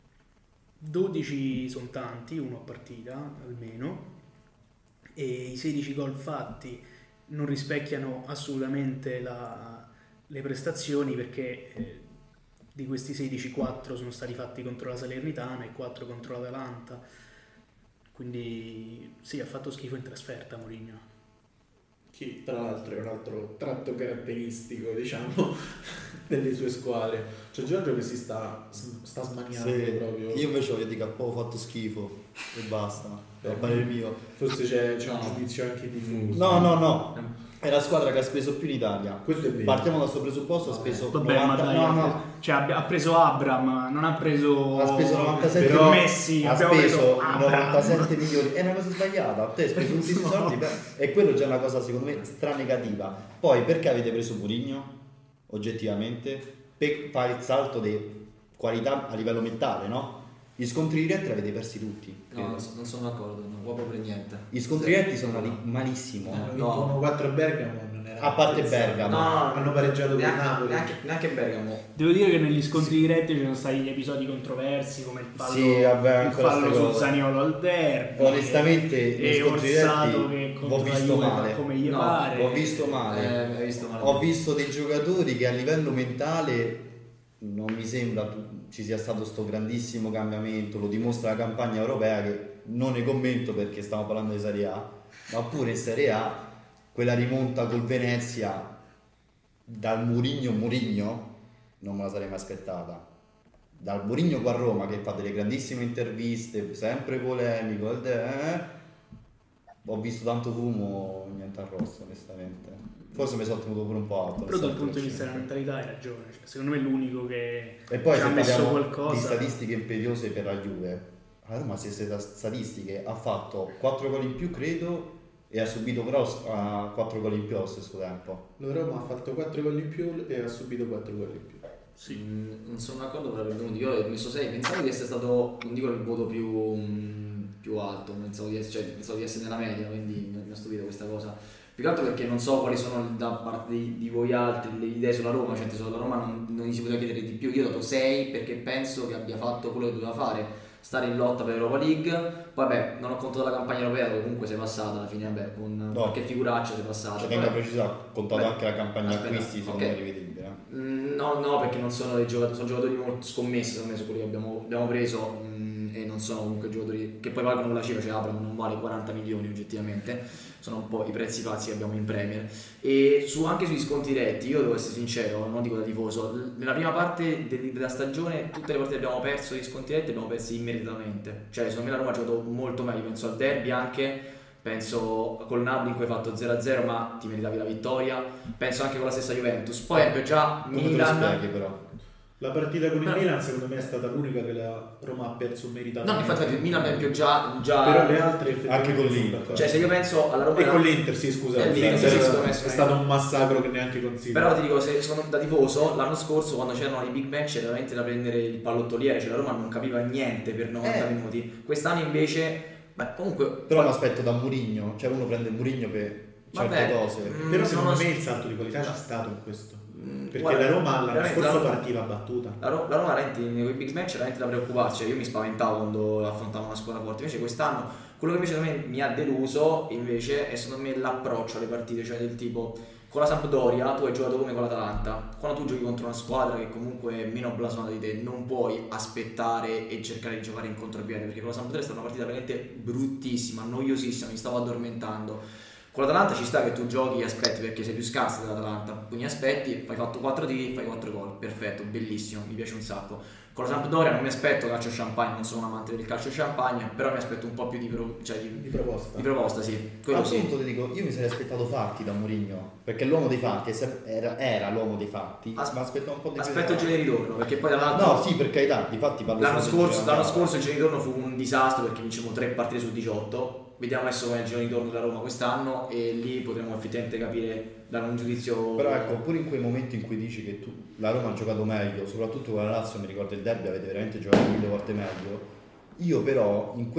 12 sono tanti, uno a partita almeno, e i 16 gol fatti non rispecchiano assolutamente le prestazioni, perché di questi 16 4 sono stati fatti contro la Salernitana e 4 contro l'Atalanta, quindi sì, ha fatto schifo in trasferta Mourinho, che tra l'altro è un altro tratto caratteristico, diciamo, delle sue squadre. C'è Giorgio che si sta smaniando, sì, proprio. Io invece voglio dire che ha proprio fatto schifo e basta, per parere mio. Forse c'è un giudizio anche diffuso. No, è la squadra che ha speso più in Italia. Questo è vero. Partiamo dal suo presupposto, ha speso 90. Cioè ha preso Abraham, non ha preso 97 però Messi, ha speso 97 milioni. È una cosa sbagliata. Te hai speso tutti questi soldi e quello già è una cosa secondo me stranegativa. Poi perché avete preso Mourinho? Oggettivamente per fare il salto di qualità a livello mentale, no? Gli scontri diretti li avete persi tutti. No, non sono d'accordo, non può proprio niente. Gli scontri diretti sono andati malissimo. Hanno vinto 1-4 a Bergamo, non era A parte Bergamo. No, hanno pareggiato con Napoli. Neanche Bergamo. Devo dire che negli scontri diretti ci sono stati gli episodi controversi come il fallo, Sì, vabbè, il fallo su Zaniolo al derby. Onestamente, e Orsato che ho visto male. come gli pare. Ho visto male. Ho visto dei giocatori che a livello mentale non mi sembra ci sia stato sto grandissimo cambiamento, lo dimostra la campagna europea che non ne commento perché stiamo parlando di Serie A, ma pure in Serie A quella rimonta col Venezia dal Mourinho non me la sarei mai aspettata. Dal Mourinho qua a Roma che fa delle grandissime interviste, sempre polemico, ho visto tanto fumo, niente arrosto onestamente. Forse mi sono tenuto pure un po' alto. Però dal punto di vista della mentalità hai ragione, cioè, secondo me è l'unico che e poi ci ha messo qualcosa. Di statistiche imperiose per la Juve, la Roma stesse statistiche ha fatto 4 gol in più credo e ha subito però 4 gol in più allo stesso tempo. La Roma ha fatto 4 gol in più e ha subito 4 gol in più. Sì. Non sono d'accordo per aver venuto. Io ho messo 6, pensavo di essere stato, non dico il voto più alto, pensavo di essere nella media, quindi mi ha stupito questa cosa. Più che altro perché non so quali sono da parte di voi altri le idee sulla Roma, cioè sulla Roma non gli si poteva chiedere di più. Io ho dato 6 perché penso che abbia fatto quello che doveva fare, stare in lotta per Europa League. Poi vabbè, non ho contato la campagna europea dove comunque sei passata alla fine, vabbè, con qualche figuraccia sei passata. Cioè tengo precisato, ho contato anche la campagna acquisti, secondo me è rivedibile. No, perché non sono dei giocatori, sono giocatori molto scommessi secondo me su quelli che abbiamo preso e non sono comunque giocatori che poi valgono la cifra, cioè Abraham non vale 40 milioni oggettivamente, sono un po' i prezzi pazzi che abbiamo in Premier. E anche sugli sconti diretti, io devo essere sincero, non dico da tifoso, nella prima parte della stagione tutte le partite che abbiamo perso di sconti diretti abbiamo persi immediatamente, cioè secondo me la Roma ha giocato molto meglio, penso al derby anche, penso col Napoli in cui hai fatto 0-0 ma ti meritavi la vittoria, penso anche con la stessa Juventus, poi già come Milan. te lo spieghi però? La partita con il Milan secondo me è stata l'unica che la Roma ha perso meritato. No, infatti il Milan per esempio già però le altre anche con l'Inter. Cioè se io penso alla Roma e con l'Inter, sì, scusa, è stato un massacro che neanche considero. Però ti dico, se sono da tifoso, l'anno scorso quando c'erano i big match era veramente da prendere il pallottoliere, cioè la Roma non capiva niente per 90 minuti. Quest'anno invece, comunque. Però mi aspetto da Mourinho, cioè uno prende Mourinho per certe cose. Però secondo me il salto di qualità c'è stato in questo. Perché la Roma l'anno scorso partiva battuta. La Roma nei big match era veramente da preoccuparsi, cioè io mi spaventavo quando affrontavo una squadra forte. Invece quest'anno quello che invece secondo me mi ha deluso invece è secondo me l'approccio alle partite, cioè del tipo con la Sampdoria tu hai giocato come con l'Atalanta, quando tu giochi contro una squadra che comunque è meno blasonata di te non puoi aspettare e cercare di giocare in contropiede, perché con la Sampdoria è stata una partita veramente bruttissima, noiosissima, mi stavo addormentando. Con l'Atalanta ci sta che tu giochi e aspetti perché sei più scarso dell'Atalanta, quindi aspetti, fai fatto 4 tiri, fai 4 gol, perfetto, bellissimo, mi piace un sacco. Con la Sampdoria non mi aspetto calcio champagne, non sono un amante del calcio champagne, però mi aspetto un po' più di proposta. Di proposta, sì. Quello appunto ti dico, io mi sarei aspettato fatti da Mourinho, perché l'uomo dei fatti era l'uomo dei fatti, ma aspettavo un po' di aspetto il giro di ritorno, perché poi dall'altro. No, sì, per carità, difatti parlo l'anno scorso il giro di ritorno fu un disastro perché vincemmo 3 partite su 18. Vediamo adesso come è il giro di ritorno della Roma quest'anno e lì potremo effettivamente capire, dare un giudizio. Però ecco, pure in quei momenti in cui dici che la Roma ha giocato meglio, soprattutto con la Lazio, mi ricordo il derby, avete veramente giocato 1000 volte meglio. Io però in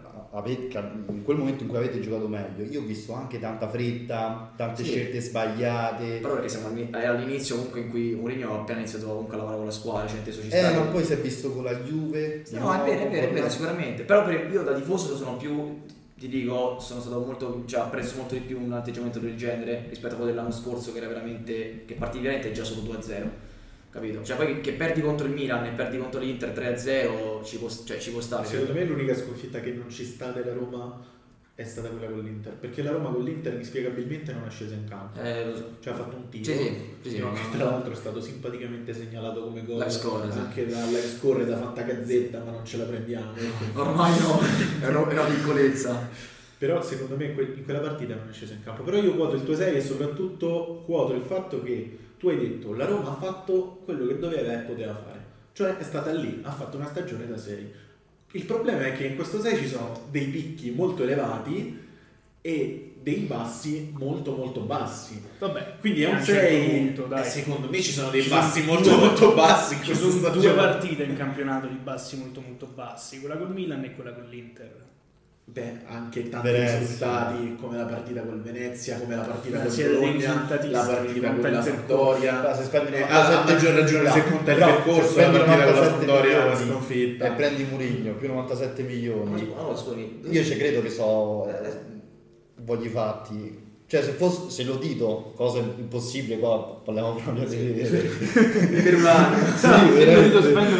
quel momento in cui avete giocato meglio, io ho visto anche tanta fretta, tante scelte sbagliate. Però perché siamo all'inizio comunque in cui Mourinho ha appena iniziato comunque a lavorare con la squadra, cioè inteso ci sta. Ma poi si è visto con la Juve. No, è vero, sicuramente. Però io da tifoso sono più, ti dico, sono stato molto, cioè apprezzo molto di più un atteggiamento del genere rispetto a quello dell'anno scorso che era veramente, che partivi veramente già solo 2-0, capito? Cioè poi che perdi contro il Milan e perdi contro l'Inter 3-0 ci può stare. Secondo me l'unica sconfitta che non ci sta della Roma è stata quella con l'Inter, perché la Roma con l'Inter inspiegabilmente non è scesa in campo, cioè ha fatto un tiro sì, che tra l'altro è stato simpaticamente segnalato come gol anche da live score da Fantacazzetta, ma non ce la prendiamo ormai no, è una piccolezza. Però secondo me in quella partita non è scesa in campo. Però io quoto il tuo 6 e soprattutto quoto il fatto che tu hai detto la Roma ha fatto quello che doveva e poteva fare, cioè è stata lì, ha fatto una stagione da serie. Il problema è che in questo 6 ci sono dei picchi molto elevati e dei bassi molto molto bassi. Vabbè, quindi è un 6. Secondo me ci sono dei bassi molto bassi. Ci sono 2 partite in campionato di bassi molto molto bassi, quella col Milan e quella con l'Inter. Anche tanti risultati come la partita col Venezia, come la partita con Bologna, la partita con la Sampdoria, a maggior ragione se conta il percorso, la partita con la Sampdoria, la sconfitta, e prendi Mourinho più 97 milioni. Io ci credo che voglio fatti. Cioè se lo dito, cosa impossibile, qua parliamo proprio di peruviano. Dito spende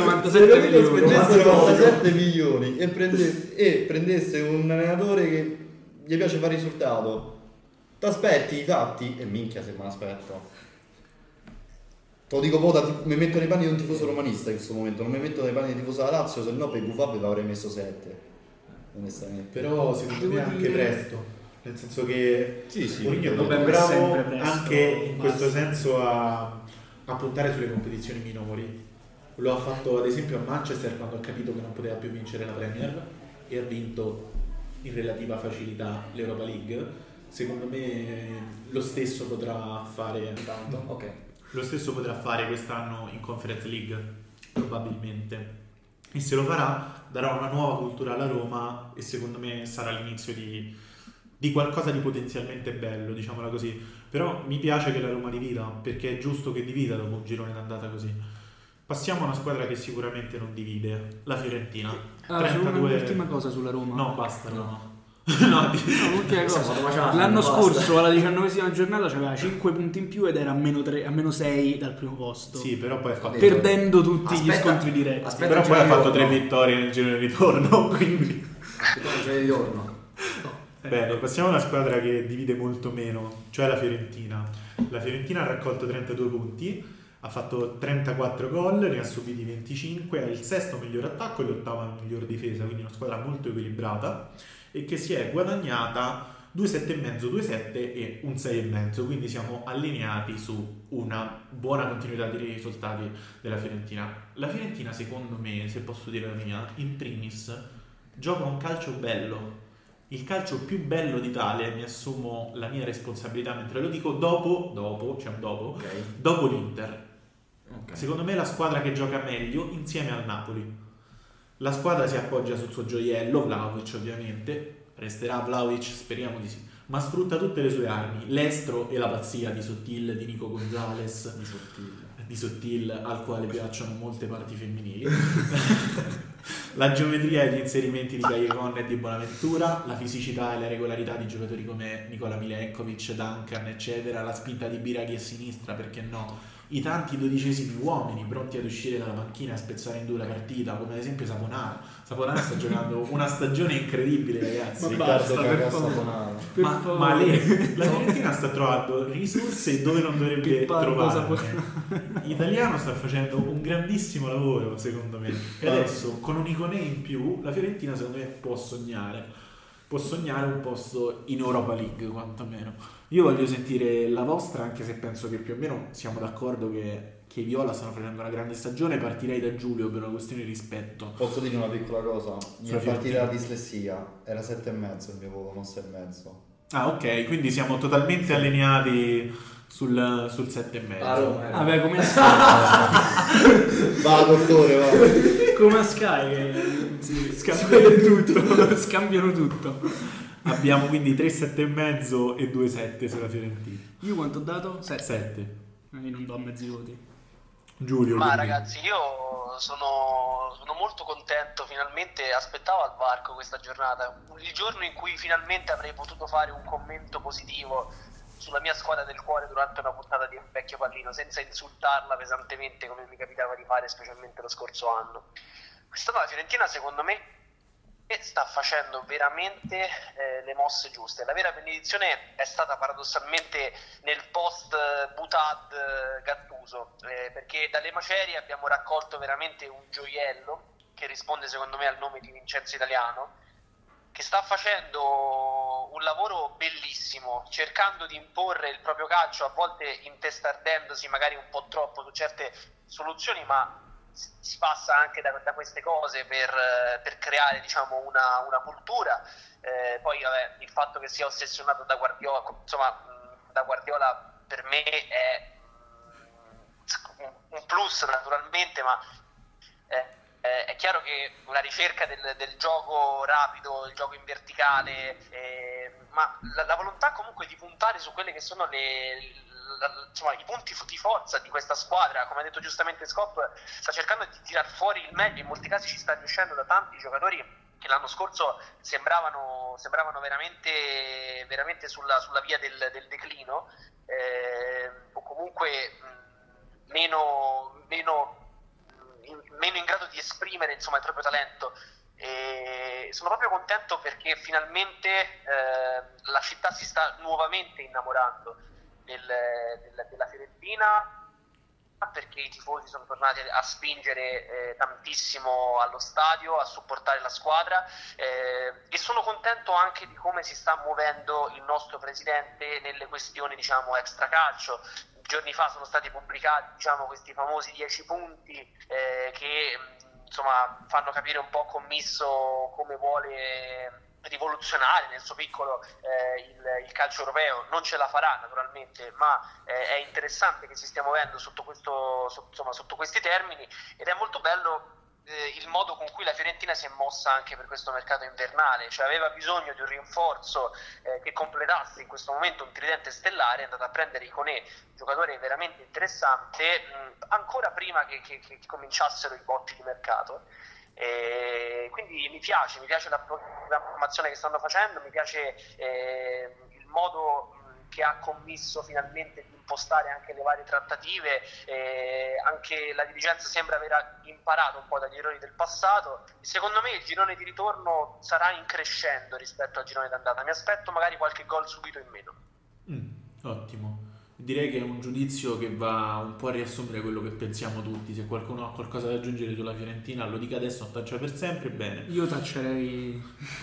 97 milioni e prendesse un allenatore che gli piace fare risultato, t'aspetti i fatti e minchia se me l'aspetto. Te lo dico mi metto nei panni di un tifoso romanista in questo momento, non mi metto nei panni di tifoso della Lazio, se no per Gufabbe l'avrei messo 7 onestamente. Però secondo me anche presto. Nel senso che Mourinho è molto bravo anche in questo senso a puntare sulle competizioni minori. Lo ha fatto ad esempio a Manchester quando ha capito che non poteva più vincere la Premier e ha vinto in relativa facilità l'Europa League. Secondo me lo stesso potrà fare Lo stesso potrà fare quest'anno in Conference League, probabilmente. E se lo farà, darà una nuova cultura alla Roma e secondo me sarà l'inizio di qualcosa di potenzialmente bello, diciamola così. Però mi piace che la Roma divida, perché è giusto che divida dopo un girone d'andata così. Passiamo a una squadra che sicuramente non divide, la Fiorentina. 32... L'ultima cosa sulla Roma. No, basta. L'ultima cosa. L'anno scorso alla 19ª giornata c'aveva 5 punti in più ed era a meno 6 dal primo posto. Sì, però poi ha fatto perdendo tutti gli scontri diretti. Però poi ha fatto 3 vittorie nel giro di ritorno, quindi Bene, passiamo a una squadra che divide molto meno, cioè la Fiorentina. La Fiorentina ha raccolto 32 punti, ha fatto 34 gol, ne ha subiti 25, ha il sesto miglior attacco e l'ottava miglior difesa, quindi una squadra molto equilibrata e che si è guadagnata 2,7,5, 2,7 e un 6,5, quindi siamo allineati su una buona continuità di risultati della Fiorentina. La Fiorentina, secondo me, se posso dire la mia, in primis gioca un calcio bello. Il calcio più bello d'Italia, mi assumo la mia responsabilità mentre lo dico, dopo l'Inter. Secondo me è la squadra che gioca meglio insieme al Napoli. La squadra si appoggia sul suo gioiello, Vlahovic ovviamente, resterà Vlahovic, speriamo di sì, ma sfrutta tutte le sue armi, l'estro e la pazzia di Sottil, di Nico Gonzalez, di Sottil al quale piacciono molte parti femminili. La geometria e gli inserimenti di Callejon e di Bonaventura, la fisicità e la regolarità di giocatori come Nikola Milenkovic, Duncan, eccetera, la spinta di Biraghi a sinistra, perché no? I tanti 12esimi uomini pronti ad uscire dalla panchina e a spezzare in due la partita, come ad esempio Saponara. Saponara sta giocando una stagione incredibile, ragazzi. Ma basta, per ma lei, la Fiorentina sta trovando risorse dove non dovrebbe trovarle. L'italiano sta facendo un grandissimo lavoro, secondo me. E adesso con un Iconè in più, la Fiorentina secondo me può sognare un posto in Europa League, quantomeno. Io voglio sentire la vostra, anche se penso che più o meno siamo d'accordo che i Viola stanno facendo una grande stagione. Partirei da Giulio per una questione di rispetto. Posso dire una piccola cosa? Mi è partita la dislessia, era 7,5 il mio voto, non 6,5. Ah, ok, quindi siamo totalmente allineati sul 7,5. Vabbè, come a Sky. Va, dottore, va. Come a Sky, scambiano tutto. Abbiamo quindi 3,7,5 e 2,7 sulla Fiorentina. Io quanto ho dato? 7. Io non do mezzi voti. Giulio. Ma ragazzi, io sono molto contento, finalmente aspettavo al varco questa giornata, il giorno in cui finalmente avrei potuto fare un commento positivo sulla mia squadra del cuore durante una puntata di Vecchio Pallino, senza insultarla pesantemente come mi capitava di fare specialmente lo scorso anno. Quest'anno la Fiorentina, secondo me, sta facendo veramente le mosse giuste. La vera benedizione è stata paradossalmente nel post Butad Gattuso, perché dalle macerie abbiamo raccolto veramente un gioiello che risponde secondo me al nome di Vincenzo Italiano, che sta facendo un lavoro bellissimo, cercando di imporre il proprio calcio, a volte intestardendosi magari un po' troppo su certe soluzioni, ma si passa anche da queste cose per creare, diciamo, una cultura. Poi vabbè, il fatto che sia ossessionato da Guardiola, insomma, da Guardiola per me è un plus naturalmente, ma È chiaro che una ricerca del gioco rapido, il gioco in verticale, ma la volontà comunque di puntare su quelle che sono i punti di forza di questa squadra, come ha detto giustamente Scop, sta cercando di tirar fuori il meglio, in molti casi ci sta riuscendo da tanti giocatori che l'anno scorso sembravano veramente, veramente sulla via del declino, o comunque meno in grado di esprimere, insomma, il proprio talento. E sono proprio contento perché finalmente la città si sta nuovamente innamorando della Fiorentina, perché i tifosi sono tornati a spingere tantissimo allo stadio, a supportare la squadra, e sono contento anche di come si sta muovendo il nostro presidente nelle questioni, diciamo, extracalcio. Giorni fa sono stati pubblicati, diciamo, questi famosi 10 punti che insomma fanno capire un po' Commisso come vuole rivoluzionare nel suo piccolo il calcio europeo. Non ce la farà naturalmente, ma è interessante che si stia muovendo sotto questi termini, ed è molto bello il modo con cui la Fiorentina si è mossa anche per questo mercato invernale, cioè aveva bisogno di un rinforzo che completasse in questo momento un tridente stellare, è andato a prendere Iconé, giocatore veramente interessante, ancora prima che cominciassero i botti di mercato. Quindi mi piace la programmazione che stanno facendo, mi piace il modo che ha Commisso finalmente di impostare anche le varie trattative, anche la dirigenza sembra aver imparato un po' dagli errori del passato. Secondo me il girone di ritorno sarà in crescendo rispetto al girone d'andata, mi aspetto magari qualche gol subito in meno. Ottimo. Direi che è un giudizio che va un po' a riassumere quello che pensiamo tutti. Se qualcuno ha qualcosa da aggiungere sulla Fiorentina lo dica adesso, non taccia per sempre. Bene, io taccerei.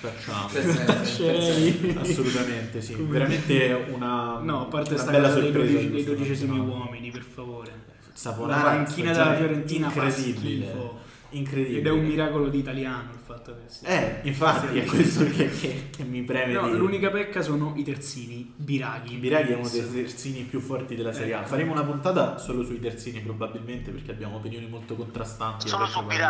Taccerei assolutamente, sì. Veramente una a parte una bella sorpresa dei 12esimi uomini, per favore. Saponara, la panchina della Fiorentina incredibile. Incredibile. Ed è un miracolo di Italiano il fatto che infatti è questo che mi preme dire. L'unica pecca sono i terzini. Biraghi è uno dei terzini più forti della Serie A. Faremo una puntata solo sui terzini probabilmente, perché abbiamo opinioni molto contrastanti. Solo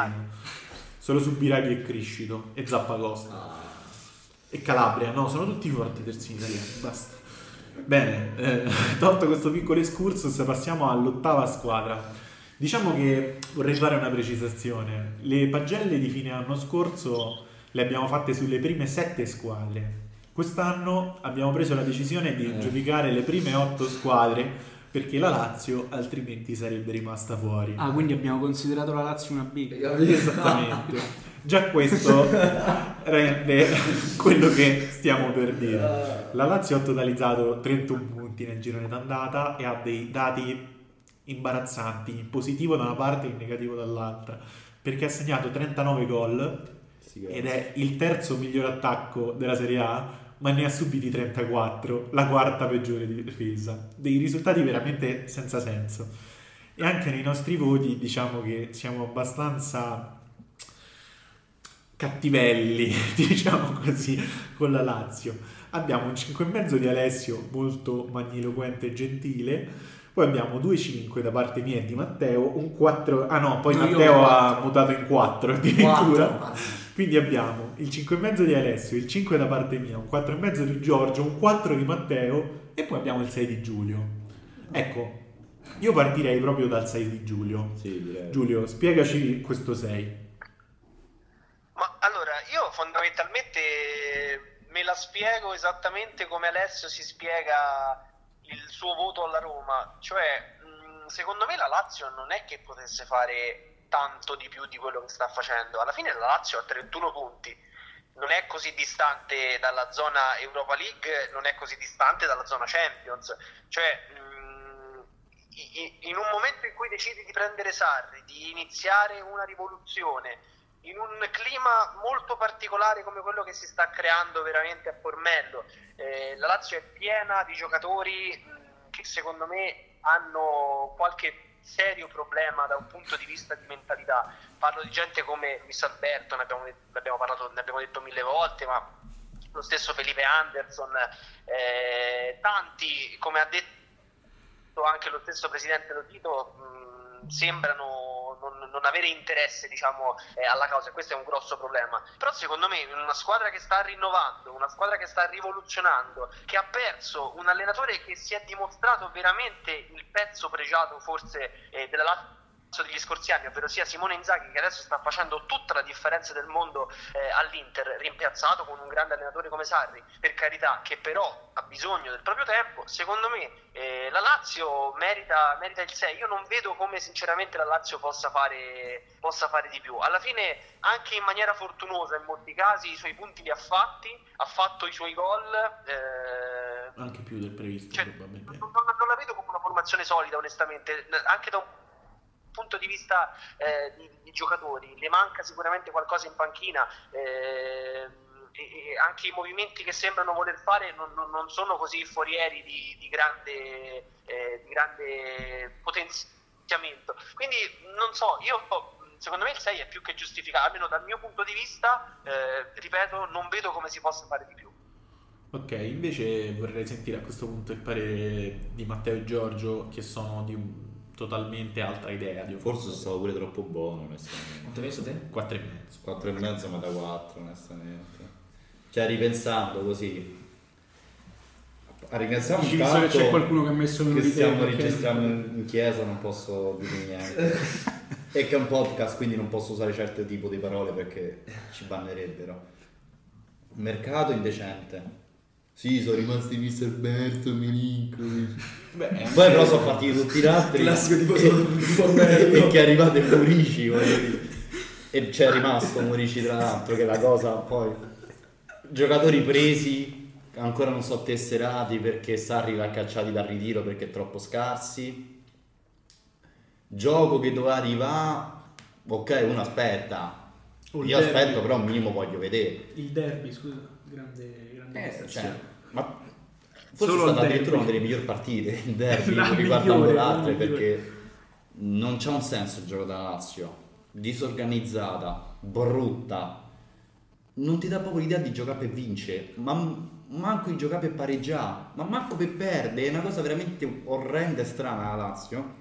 su Biraghi e Criscito e Zappacosta e Calabria. No, sono tutti forti terzini italiani. Basta. Bene, tolto questo piccolo excursus, passiamo all'8ª squadra. Diciamo che vorrei fare una precisazione. Le pagelle di fine anno scorso le abbiamo fatte sulle prime 7 squadre. Quest'anno abbiamo preso la decisione di giudicare le prime 8 squadre, perché la Lazio altrimenti sarebbe rimasta fuori. Quindi abbiamo considerato la Lazio una B. Esattamente. Già questo rende quello che stiamo per dire. La Lazio ha totalizzato 31 punti nel girone d'andata e ha dei dati imbarazzanti, in positivo da una parte e in negativo dall'altra, perché ha segnato 39 gol ed è il terzo miglior attacco della Serie A, ma ne ha subiti 34, la quarta peggiore difesa. Dei risultati veramente senza senso. E anche nei nostri voti diciamo che siamo abbastanza cattivelli, diciamo così, con la Lazio. Abbiamo un 5,5 di Alessio, molto magniloquente e gentile. Poi abbiamo 2,5 da parte mia e di Matteo, un 4... poi Matteo ha mutato in 4 addirittura. Quindi abbiamo il 5,5 di Alessio, il 5 da parte mia, un 4,5 di Giorgio, un 4 di Matteo e poi abbiamo il 6 di Giulio. Ecco, io partirei proprio dal 6 di Giulio. Sì, direi. Giulio, spiegaci questo 6. Ma allora, io fondamentalmente me la spiego esattamente come Alessio si spiega il suo voto alla Roma, cioè secondo me la Lazio non è che potesse fare tanto di più di quello che sta facendo. Alla fine la Lazio ha 31 punti, non è così distante dalla zona Europa League, non è così distante dalla zona Champions, cioè in un momento in cui decidi di prendere Sarri, di iniziare una rivoluzione in un clima molto particolare come quello che si sta creando veramente a Formello, la Lazio è piena di giocatori che secondo me hanno qualche serio problema da un punto di vista di mentalità. Parlo di gente come Luis Alberto, ne abbiamo detto 1000 volte, ma lo stesso Felipe Anderson, tanti, come ha detto anche lo stesso presidente Lotito, sembrano non avere interesse, diciamo, alla causa, e questo è un grosso problema. Però secondo me una squadra che sta rinnovando, una squadra che sta rivoluzionando, che ha perso un allenatore che si è dimostrato veramente il pezzo pregiato forse della Lazio degli scorsi anni, ovvero sia Simone Inzaghi, che adesso sta facendo tutta la differenza del mondo all'Inter, rimpiazzato con un grande allenatore come Sarri, per carità, che però ha bisogno del proprio tempo. Secondo me la Lazio merita il 6. Io non vedo come sinceramente la Lazio possa fare di più. Alla fine, anche in maniera fortunosa in molti casi, i suoi punti li ha fatti, ha fatto i suoi gol, anche più del previsto, cioè, probabilmente. non la vedo come una formazione solida, onestamente, anche da un punto di vista di giocatori. Le manca sicuramente qualcosa in panchina, e anche i movimenti che sembrano voler fare non sono così forieri di grande potenziamento. Quindi non so, secondo me il 6 è più che giustificato, almeno dal mio punto di vista. Ripeto, non vedo come si possa fare di più. Ok, invece vorrei sentire a questo punto il parere di Matteo e Giorgio, che sono di totalmente altra idea. Forse è stato pure troppo buono, onestamente. Quanto hai messo te? 4,5. 4,5 ma da 4, onestamente. Cioè, ripensando così, ringraziamo Visto tanto che c'è qualcuno che ha messo meno che di te, stiamo perché- registrando in chiesa, non posso dire niente. E che è un podcast, quindi non posso usare certo tipo di parole perché ci bannerebbero. Mercato indecente. Sì, sono rimasti Mr. Berto, Milinkovic. Poi però sono partiti tutti gli altri. Classico tipo Formello. E che è arrivato il Murici, voglio dire. E c'è rimasto Murici tra l'altro, che è la cosa poi. Giocatori presi, ancora non so tesserati perché Sarri l'ha cacciati dal ritiro perché è troppo scarsi. Gioco che doveva arrivare, ok, uno aspetta. Io aspetto, però un minimo voglio vedere. Il derby, scusa, grande prestazione. Ma forse Solo è il stata addirittura una derby. delle migliori partite il derby La riguardando migliore, le altre, la migliore. perché non c'ha un senso il gioco della Lazio, disorganizzata, brutta, non ti dà proprio l'idea di giocare per vincere, ma manco di giocare per pareggiare, ma manco per perdere. È una cosa veramente orrenda e strana la Lazio.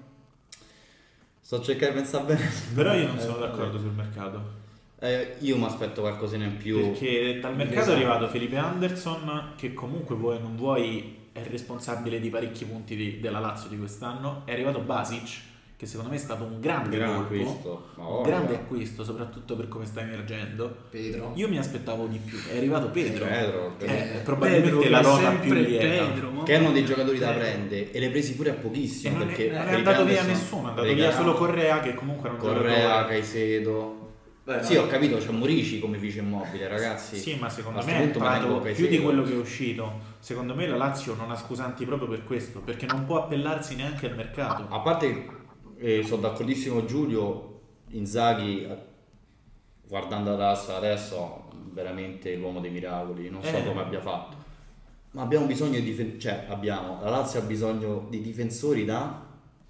Sto cercando di pensare bene, Però io non sono d'accordo sul mercato. io mi aspetto qualcosina in più. Perché dal mercato è arrivato Felipe Anderson, che comunque vuoi o non vuoi è responsabile di parecchi punti della Lazio di quest'anno. È arrivato Basic, che secondo me è stato un grande colpo, acquisto, ma un grande acquisto, soprattutto per come sta emergendo. Pedro. Io mi aspettavo di più. È arrivato Pedro. Probabilmente Pedro, la che è nota sempre più lieta. Pedro, Che erano dei giocatori da prendere e le presi pure a pochissimo, E non perché è andato via Anderson, nessuno, è andato via solo Correa, che comunque era un Correa, giocatore. Caicedo. Beh, Sì, no. ho capito, c'è Murici come vice immobile, ragazzi. Sì, ma secondo A sto me è punto me ne entrato dico più di Caicedo. quello che è uscito. Secondo me la Lazio non ha scusanti proprio per questo, perché non può appellarsi neanche al mercato. A parte, sono d'accordissimo con Giulio, Inzaghi, guardando adesso, veramente l'uomo dei miracoli, non so come abbia fatto. Ma abbiamo bisogno di la Lazio ha bisogno di difensori da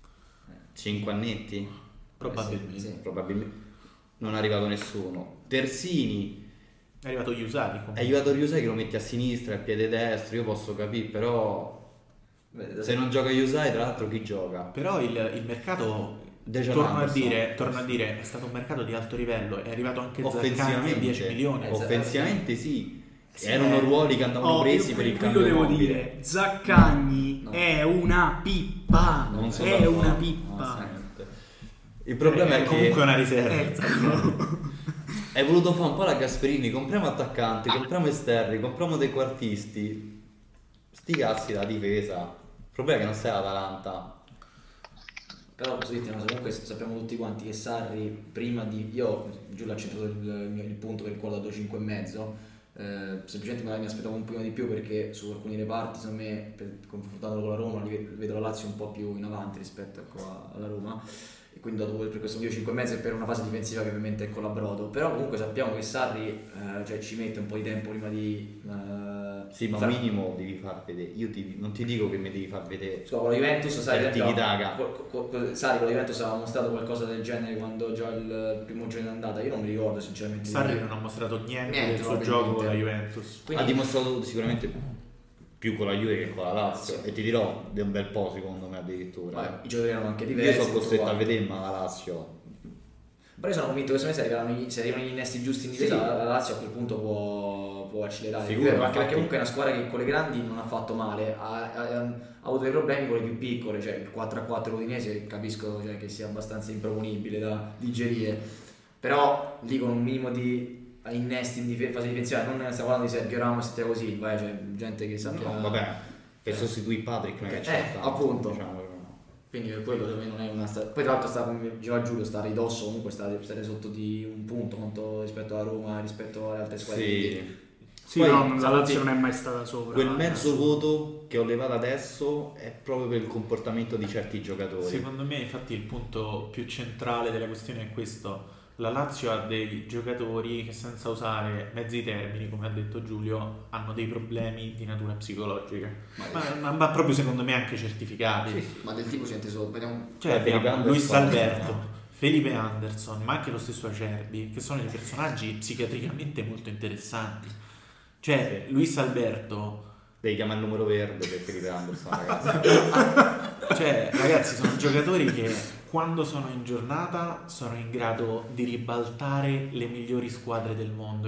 5 annetti? Probabilmente. Sì. Probabilmente non è arrivato nessuno. Terzini, È arrivato Yusari è comunque. arrivato Yusai che lo metti a sinistra e a piede destro, io posso capire, però Beh, se non gioca Yusai, tra l'altro chi gioca? Però il mercato, Dejan torno a Anderson. dire, è stato un mercato di alto livello. È arrivato anche Zaccagni a Offensivamente, 10 milioni. offensivamente sì, Sì, erano ruoli che andavano presi io per il quello cambio devo mobile. dire, Zaccagni No. è una pippa, Non sono è d'accordo, una pippa. onestamente. Il problema è che comunque una riserva. Ecco. hai voluto fare un po' la Gasperini, compriamo attaccanti, compriamo esterni, compriamo dei quartisti, sti cazzi da difesa. Il problema è che non sei l'Atalanta. Però posso dirti una cosa, comunque sappiamo tutti quanti che Sarri prima di... Io, Giulio ha centrato il punto per il quale ho dato 5,5. Semplicemente magari mi aspettavo un pochino di più perché su alcuni reparti, secondo me, confrontandolo con la Roma, vedo la Lazio un po' più in avanti rispetto alla Roma. E quindi ho dato per questo motivo 5,5 e per una fase difensiva che ovviamente è con la Brodo. Però comunque sappiamo che Sarri ci mette un po' di tempo prima di... Sì, ma un minimo devi far vedere. Io non ti dico che mi devi far vedere. Con la Juventus Sarri Per tiki-taka. Sarri con la Juventus aveva mostrato qualcosa del genere quando già il primo giorno è andata. Io non mi ricordo sinceramente. Sarri non ha mostrato niente del suo probabilmente. gioco con la Juventus. Quindi- Ha dimostrato sicuramente più con la Juve che con la Lazio. E ti dirò, di un bel po' secondo me addirittura. I giocatori erano anche diversi. Io sono costretto a tutto quanto. vedere, ma la Lazio Però io sono convinto che se arrivano gli innesti giusti in difesa, la Lazio a quel punto può accelerare. Sicuro, anche perché comunque è una squadra che con le grandi non ha fatto male, ha avuto dei problemi con le più piccole, cioè il 4-4 udinese capisco che sia abbastanza improponibile da digerire, però lì con un minimo di innesti in fase difensiva, non stiamo parlando di Sergio Ramos e così, cioè gente che sappia... No, vabbè, per sostituire Patrick non è che c'è appunto. Diciamo. Quindi per quello secondo me non è una poi tra l'altro come diceva Giulio, sta a ridosso, comunque state sotto di un punto rispetto alla Roma, rispetto alle altre squadre. Sì, no, la Lazio non è mai stata sopra. Quel mezzo voto che ho levato adesso è proprio per il comportamento di certi giocatori. Secondo me infatti il punto più centrale della questione è questo: la Lazio ha dei giocatori che, senza usare mezzi termini, come ha detto Giulio, hanno dei problemi di natura psicologica, ma proprio secondo me anche certificati. Sì, ma del tipo c'è inteso, vediamo. Cioè abbiamo Luis Alberto, Felipe Anderson, ma anche lo stesso Acerbi, che sono dei personaggi psichiatricamente molto interessanti. Cioè Luis Alberto devi chiamare il numero verde per Felipe Anderson, ragazzi. Cioè ragazzi, sono giocatori che quando sono in giornata sono in grado di ribaltare le migliori squadre del mondo,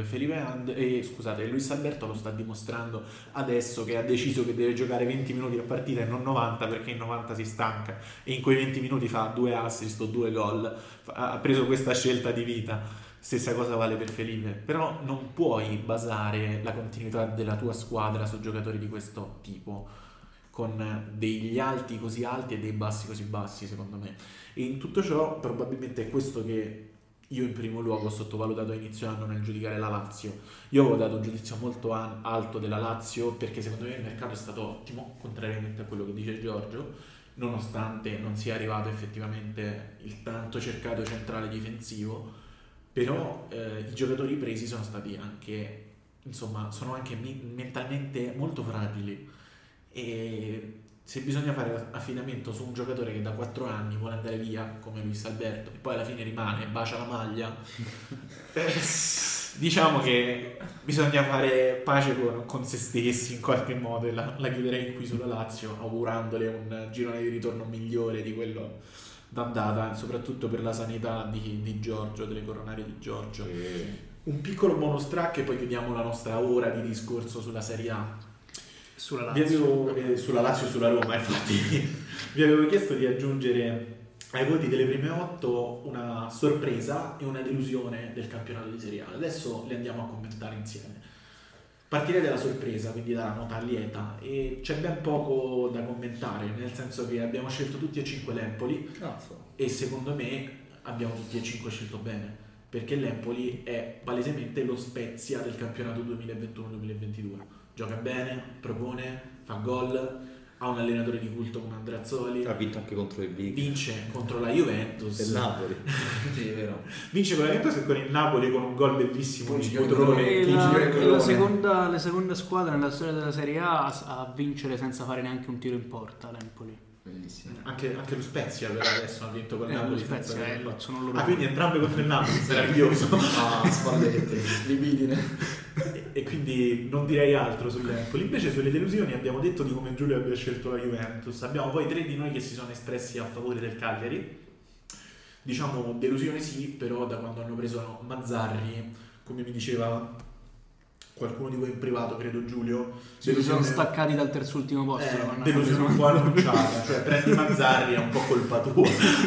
e Luis Alberto lo sta dimostrando adesso, che ha deciso che deve giocare 20 minuti a partita e non 90, perché in 90 si stanca, e in quei 20 minuti fa 2 assist o 2 gol. Ha preso questa scelta di vita. Stessa cosa vale per Felipe, però non puoi basare la continuità della tua squadra su giocatori di questo tipo, con degli alti così alti e dei bassi così bassi, secondo me. E in tutto ciò probabilmente è questo che io in primo luogo ho sottovalutato a inizio anno nel giudicare la Lazio. Io avevo dato un giudizio molto alto della Lazio, perché secondo me il mercato è stato ottimo, contrariamente a quello che dice Giorgio, nonostante non sia arrivato effettivamente il tanto cercato centrale difensivo. Però i giocatori presi sono stati anche, insomma, sono anche mentalmente molto fragili, e se bisogna fare affidamento su un giocatore che da 4 anni vuole andare via come Luis Alberto e poi alla fine rimane e bacia la maglia, diciamo che bisogna fare pace con se stessi in qualche modo, e la chiuderei qui sulla Lazio, augurandole un girone di ritorno migliore di quello d'andata, soprattutto per la sanità di Giorgio, delle coronarie di Giorgio. Un piccolo bonus track e poi chiudiamo la nostra ora di discorso sulla Serie A. Sulla Lazio. Sulla Lazio e sulla Roma, infatti. Vi avevo chiesto di aggiungere ai voti delle prime 8 una sorpresa e una delusione del campionato di Serie A. Adesso le andiamo a commentare insieme. Partirei dalla sorpresa, quindi dalla nota lieta, e c'è ben poco da commentare, nel senso che abbiamo scelto tutti e 5 l'Empoli, e secondo me abbiamo tutti e 5 scelto bene, perché l'Empoli è palesemente lo Spezia del campionato 2021-2022. Gioca bene, propone, fa gol, ha un allenatore di culto come Andreazzoli, ha vinto anche contro il Big, vince contro la Juventus del Napoli. Sì, è vero. Vince con la Juventus e con il Napoli con un gol bellissimo di Butrone. La seconda squadra nella storia della Serie A a vincere senza fare neanche un tiro in porta, l'Empoli. Bellissimo. Anche lo Spezia per adesso ha vinto con il Napoli. Lo Spezia sono loro. Quindi entrambe contro il Napoli, meraviglioso. Spalletti, libidine. E quindi non direi altro sull'Empoli. Invece sulle delusioni abbiamo detto di come Giulio abbia scelto la Juventus. Abbiamo poi 3 di noi che si sono espressi a favore del Cagliari. Diciamo delusione sì, però da quando hanno preso Mazzarri, come mi diceva qualcuno di voi in privato, credo Giulio, si sono staccati dal terzultimo posto. Delusione un po' annunciata, cioè prendi Mazzarri è un po' colpa tua.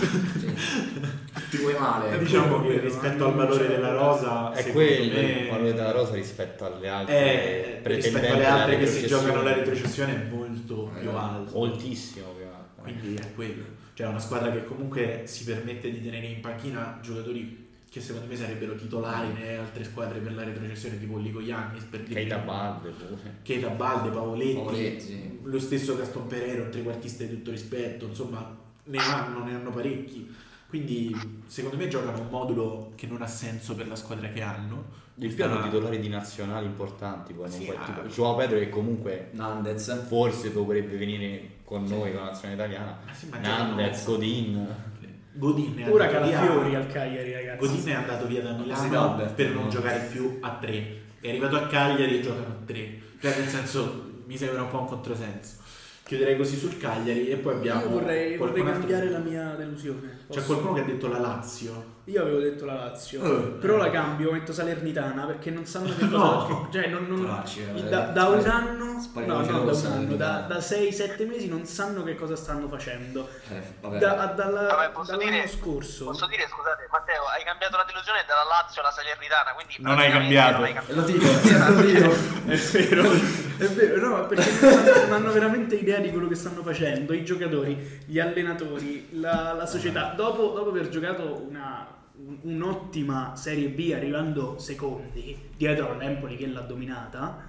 Ti vuoi male. Diciamo che rispetto al valore della rosa è quello il valore della rosa rispetto alle altre rispetto alle altre che si giocano la retrocessione è molto più alto, moltissimo più alto. Quindi è quello, cioè una squadra che comunque si permette di tenere in panchina giocatori che secondo me sarebbero titolari nelle altre squadre per la retrocessione, tipo Lico Iannis, per dire Keita Balde, Pavoletti, lo stesso Gaston Pereira, un trequartista di tutto rispetto, insomma ne hanno parecchi. Quindi secondo me giocano un modulo che non ha senso per la squadra che hanno. Il più hanno titolari di nazionali importanti, poi sì, tipo Joao Pedro, che comunque Nandez forse dovrebbe venire con noi con la nazionale italiana. Nandez, Godin è ora Calafiori al Cagliari, ragazzi. Godin è andato via da Milano per non giocare più a 3. È arrivato a Cagliari e giocano a 3. Cioè nel senso mi sembra un po' un controsenso. chiuderei così sul Cagliari e poi abbiamo... Io vorrei cambiare la mia delusione. C'è qualcuno che ha detto la Lazio. Io avevo detto la Lazio, però la cambio, metto Salernitana perché non sanno che cosa... Cioè, da un anno, da 6-7 mesi non sanno che cosa stanno facendo. Dall'anno scorso. Posso dire, scusate, Matteo, hai cambiato la delusione dalla Lazio alla Salernitana, quindi non hai cambiato. Lo dico. È vero, no, perché non hanno veramente idea di quello che stanno facendo, i giocatori, gli allenatori, la società. Dopo aver giocato un'ottima Serie B arrivando secondi dietro all'Empoli che l'ha dominata,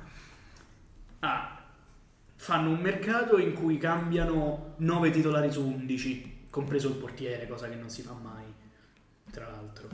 fanno un mercato in cui cambiano 9 titolari su 11, compreso il portiere, cosa che non si fa mai, tra l'altro,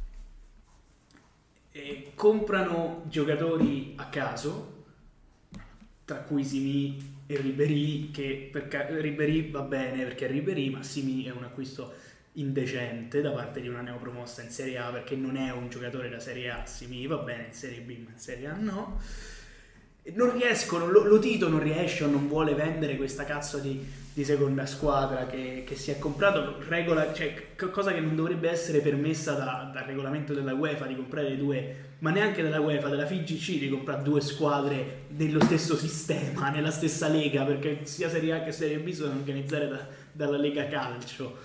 e comprano giocatori a caso, tra cui Simi e Ribéry, che Ribéry va bene perché è Ribéry, ma Simi è un acquisto indecente da parte di una neopromossa in Serie A, perché non è un giocatore da Serie A. Simi va bene in Serie B, ma in Serie A no. E non riescono, lo Tito non riesce o non vuole vendere questa cazzo di seconda squadra che si è comprato, cosa che non dovrebbe essere permessa dal regolamento della UEFA, di comprare due, ma neanche della UEFA, della FIGC, di comprare due squadre nello stesso sistema, nella stessa lega, perché sia Serie A che Serie B sono organizzate dalla Lega Calcio.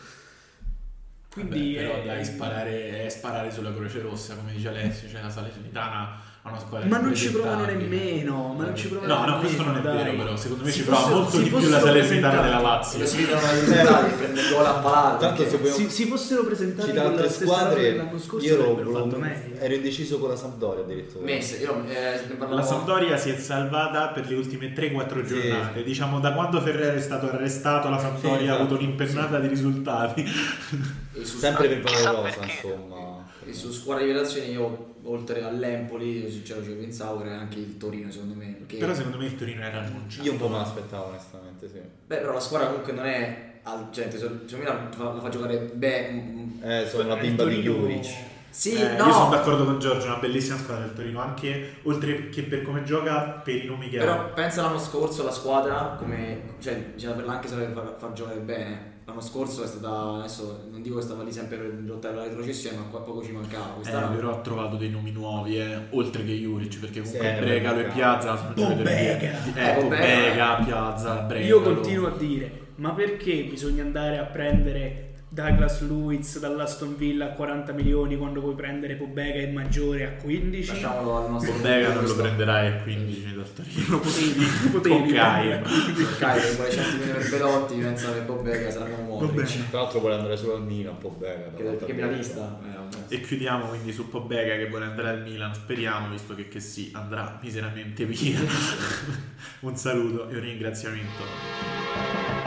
Quindi però dai, sparare sulla Croce Rossa, come dice Alessio, cioè la Salernitana ha una squadra, ma non ci provano nemmeno, no, questo non è vero, però secondo me ci prova molto di più la Salernitana della Lazio. Si vedono la risultati e prende il gol a palate. Tanto se si fossero presentati da altre squadre, l'anno scorso, io ero indeciso con la Sampdoria addirittura. La Sampdoria si è salvata per le ultime 3-4 giornate, sì. Diciamo da quando Ferrer è stato arrestato la Sampdoria ha avuto un'impennata di risultati. Sempre per Rosa, insomma. E su squadra di rivelazione io, oltre all'Empoli, sincero ci pensavo, era anche il Torino, secondo me. Perché... Però secondo me il Torino era annunciato. Io un po' me l'aspettavo, onestamente, sì. Beh, però la squadra comunque non è secondo me la fa giocare bene. Sono la bimba di Juric. Sì, no. Io sono d'accordo con Giorgio, una bellissima squadra del Torino, anche oltre che per come gioca, per i nomi che ha. Però pensa l'anno scorso la squadra, bisogna anche saper far giocare bene. L'anno scorso è stata, adesso non dico che stava lì sempre per lottare la retrocessione, ma qua poco ci mancava. Però ha trovato dei nomi nuovi, oltre che Juric, perché comunque Bregalo e Piazza sono Pobega, Piazza, Bregalo. Io continuo a dire, ma perché bisogna andare a prendere Douglas Luiz dall'Aston Villa a 40 milioni quando puoi prendere Pobega il maggiore a 15? Lasciamolo al nostro Pobega non lo prenderai a 15 dal Torino. Potevi Caio vuole 100 milioni per Belotti, pensa che Pobega sarà come Modric. Tra l'altro vuole andare solo al Milan Pobega, che milanista. E chiudiamo quindi su Pobega che vuole andare al Milan, speriamo, visto che sì, andrà miseramente via. Un saluto e un ringraziamento.